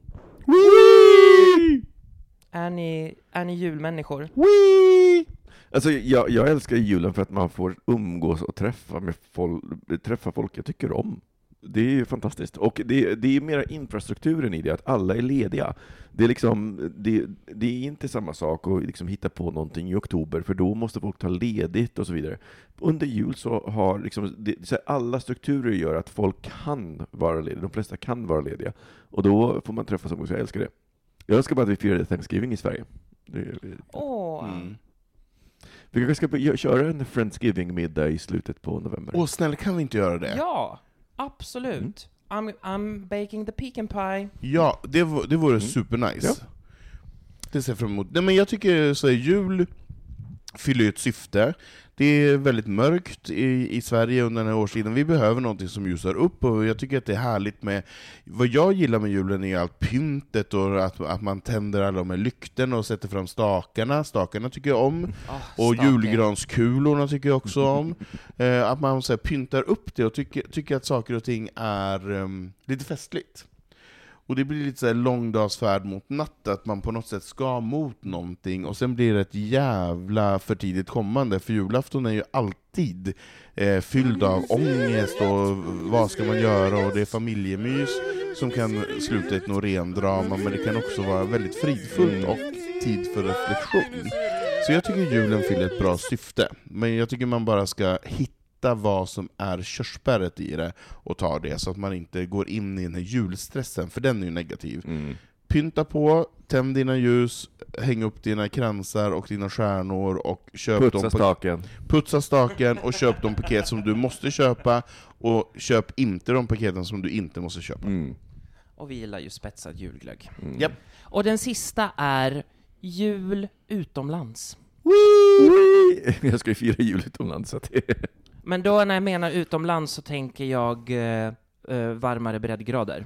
Är ni julmänniskor? Alltså jag älskar julen för att man får umgås och träffa folk jag tycker om. Det är ju fantastiskt. Och det är mera infrastrukturen i det, att alla är lediga. Det är liksom, det är inte samma sak att liksom hitta på någonting i oktober, för då måste folk ta ledigt och så vidare. Under jul så har liksom, alla strukturer gör att folk kan vara lediga. De flesta kan vara lediga. Och då får man träffas och jag älskar det. Jag önskar bara att vi firade Thanksgiving i Sverige. Vi kanske ska köra en Friendsgiving-middag i slutet på november. Snälla, kan vi inte göra det? Ja, absolut. I'm baking the pecan pie. Ja, det vore supernice. Ja. Det ser jag fram emot. Nej, men jag tycker så här, jul fyller ett syfte. Det är väldigt mörkt i Sverige under den här årstiden. Vi behöver någonting som ljusar upp, och jag tycker att det är härligt med... Vad jag gillar med julen är allt pyntet och att man tänder alla de här lyktorna och sätter fram stakarna. Stakarna tycker jag om. Och julgranskulorna tycker jag också om. Att man så här, pyntar upp det och tycker att saker och ting är lite festligt. Och det blir lite så här långdagsfärd mot natt, att man på något sätt ska mot någonting, och sen blir det ett jävla för tidigt kommande, för julafton är ju alltid fylld av ångest och vad ska man göra, och det är familjemys som kan sluta i ett norendrama, men det kan också vara väldigt fridfullt och tid för reflektion. Så jag tycker julen fyller ett bra syfte, men jag tycker man bara ska hitta vad som är körsbäret i det och ta det, så att man inte går in i den här julstressen, för den är ju negativ. Pynta på, tänd dina ljus, häng upp dina kransar och dina stjärnor och köp putsa staken och köp de paket som du måste köpa, och köp inte de paketen som du inte måste köpa. Och vi gillar ju spetsad julglögg. Yep. Och den sista är jul utomlands. Wee! Jag ska ju fira jul utomlands. Så att Men då när jag menar utomlands så tänker jag varmare breddgrader.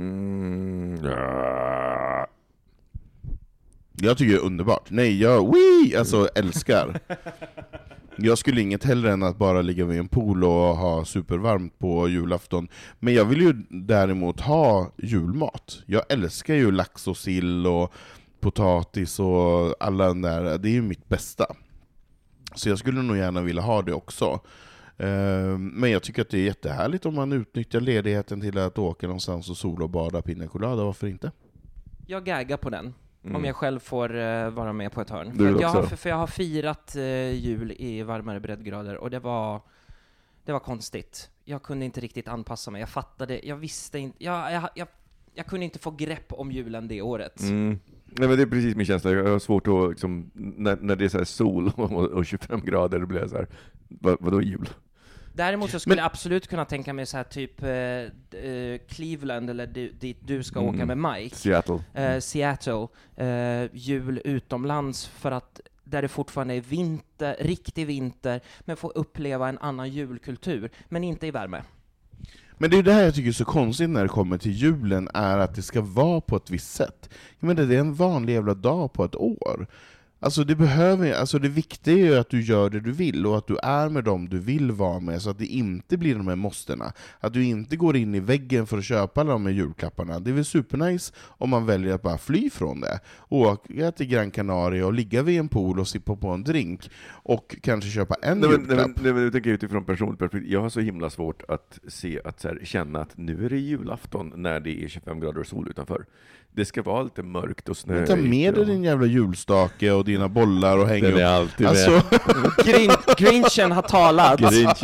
Jag tycker det är underbart. Nej, alltså älskar. Jag skulle inget hellre än att bara ligga vid en pool och ha supervarmt på julafton. Men jag vill ju däremot ha julmat. Jag älskar ju lax och sill och potatis och alla den där. Det är ju mitt bästa. Så jag skulle nog gärna vilja ha det också. Men jag tycker att det är jättehärligt om man utnyttjar ledigheten till att åka någonstans och sola och bada pina colada. Varför inte? Jag gaggar på den. Om jag själv får vara med på ett hörn. För jag har firat jul i varmare breddgrader och det var konstigt. Jag kunde inte riktigt anpassa mig. Jag fattade, jag visste inte, jag kunde inte få grepp om julen det året. Nej, men det är precis min känsla. Jag har svårt att liksom, när det är så här sol och 25 grader, då blir jag så här, vadå jul? Däremot så skulle jag absolut kunna tänka mig så här typ Cleveland eller dit du ska åka med Mike. Seattle. Jul utomlands för att där det fortfarande är riktig vinter, men få uppleva en annan julkultur, men inte i värme. Men det är det här jag tycker är så konstigt när det kommer till julen, är att det ska vara på ett visst sätt. Men det är en vanlig jävla dag på ett år. Alltså det viktiga är ju att du gör det du vill och att du är med dem du vill vara med, så att det inte blir de här måsterna. Att du inte går in i väggen för att köpa de här julklapparna. Det är väl supernice om man väljer att bara fly från det. Åka till Gran Canaria och ligga vid en pool och sippa på en drink och kanske köpa en julklapp. Nej, men du tänker utifrån personligt perspektiv. Jag har så himla svårt att känna att nu är det julafton när det är 25 grader och sol utanför. Det ska vara lite mörkt och snöigt. Ta med dig din jävla julstake och dina bollar och häng upp. Den är alltid med. Grinchen har talat.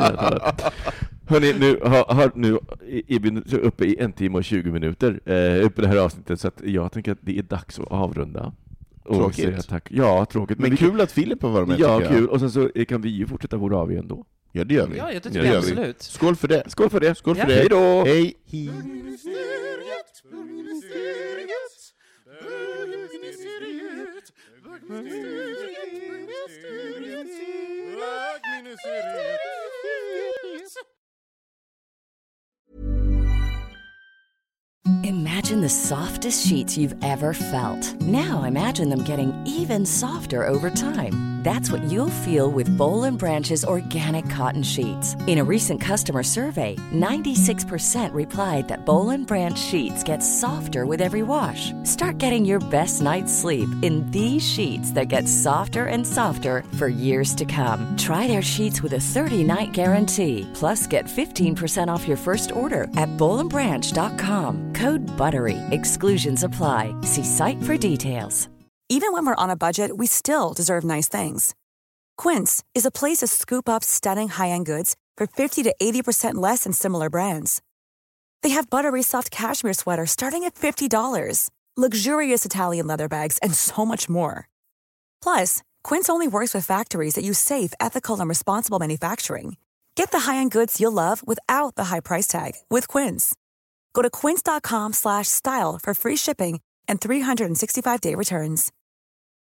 Hörrni, nu är vi uppe i 1 timme och 20 minuter uppe det här avsnittet, så att jag tänker att det är dags att avrunda. Tråkigt. Tack. Ja, tråkigt. Men kul att Filip har varit med. Ja, kul. Och sen så kan vi ju fortsätta vår AV ändå. Ja, det gör vi. Ja, det tycker jag absolut. Skål för det. Skål för det. Skål för det. Hej då. Hej. Imagine the softest sheets you've ever felt. Now imagine them getting even softer over time. That's what you'll feel with Boll & Branch's organic cotton sheets. In a recent customer survey, 96% replied that Boll & Branch sheets get softer with every wash. Start getting your best night's sleep in these sheets that get softer and softer for years to come. Try their sheets with a 30-night guarantee. Plus, get 15% off your first order at bollandbranch.com. Code BUTTERY. Exclusions apply. See site for details. Even when we're on a budget, we still deserve nice things. Quince is a place to scoop up stunning high-end goods for 50 to 80% less than similar brands. They have buttery soft cashmere sweaters starting at $50, luxurious Italian leather bags, and so much more. Plus, Quince only works with factories that use safe, ethical, and responsible manufacturing. Get the high-end goods you'll love without the high price tag with Quince. Go to quince.com/style for free shipping and 365-day returns.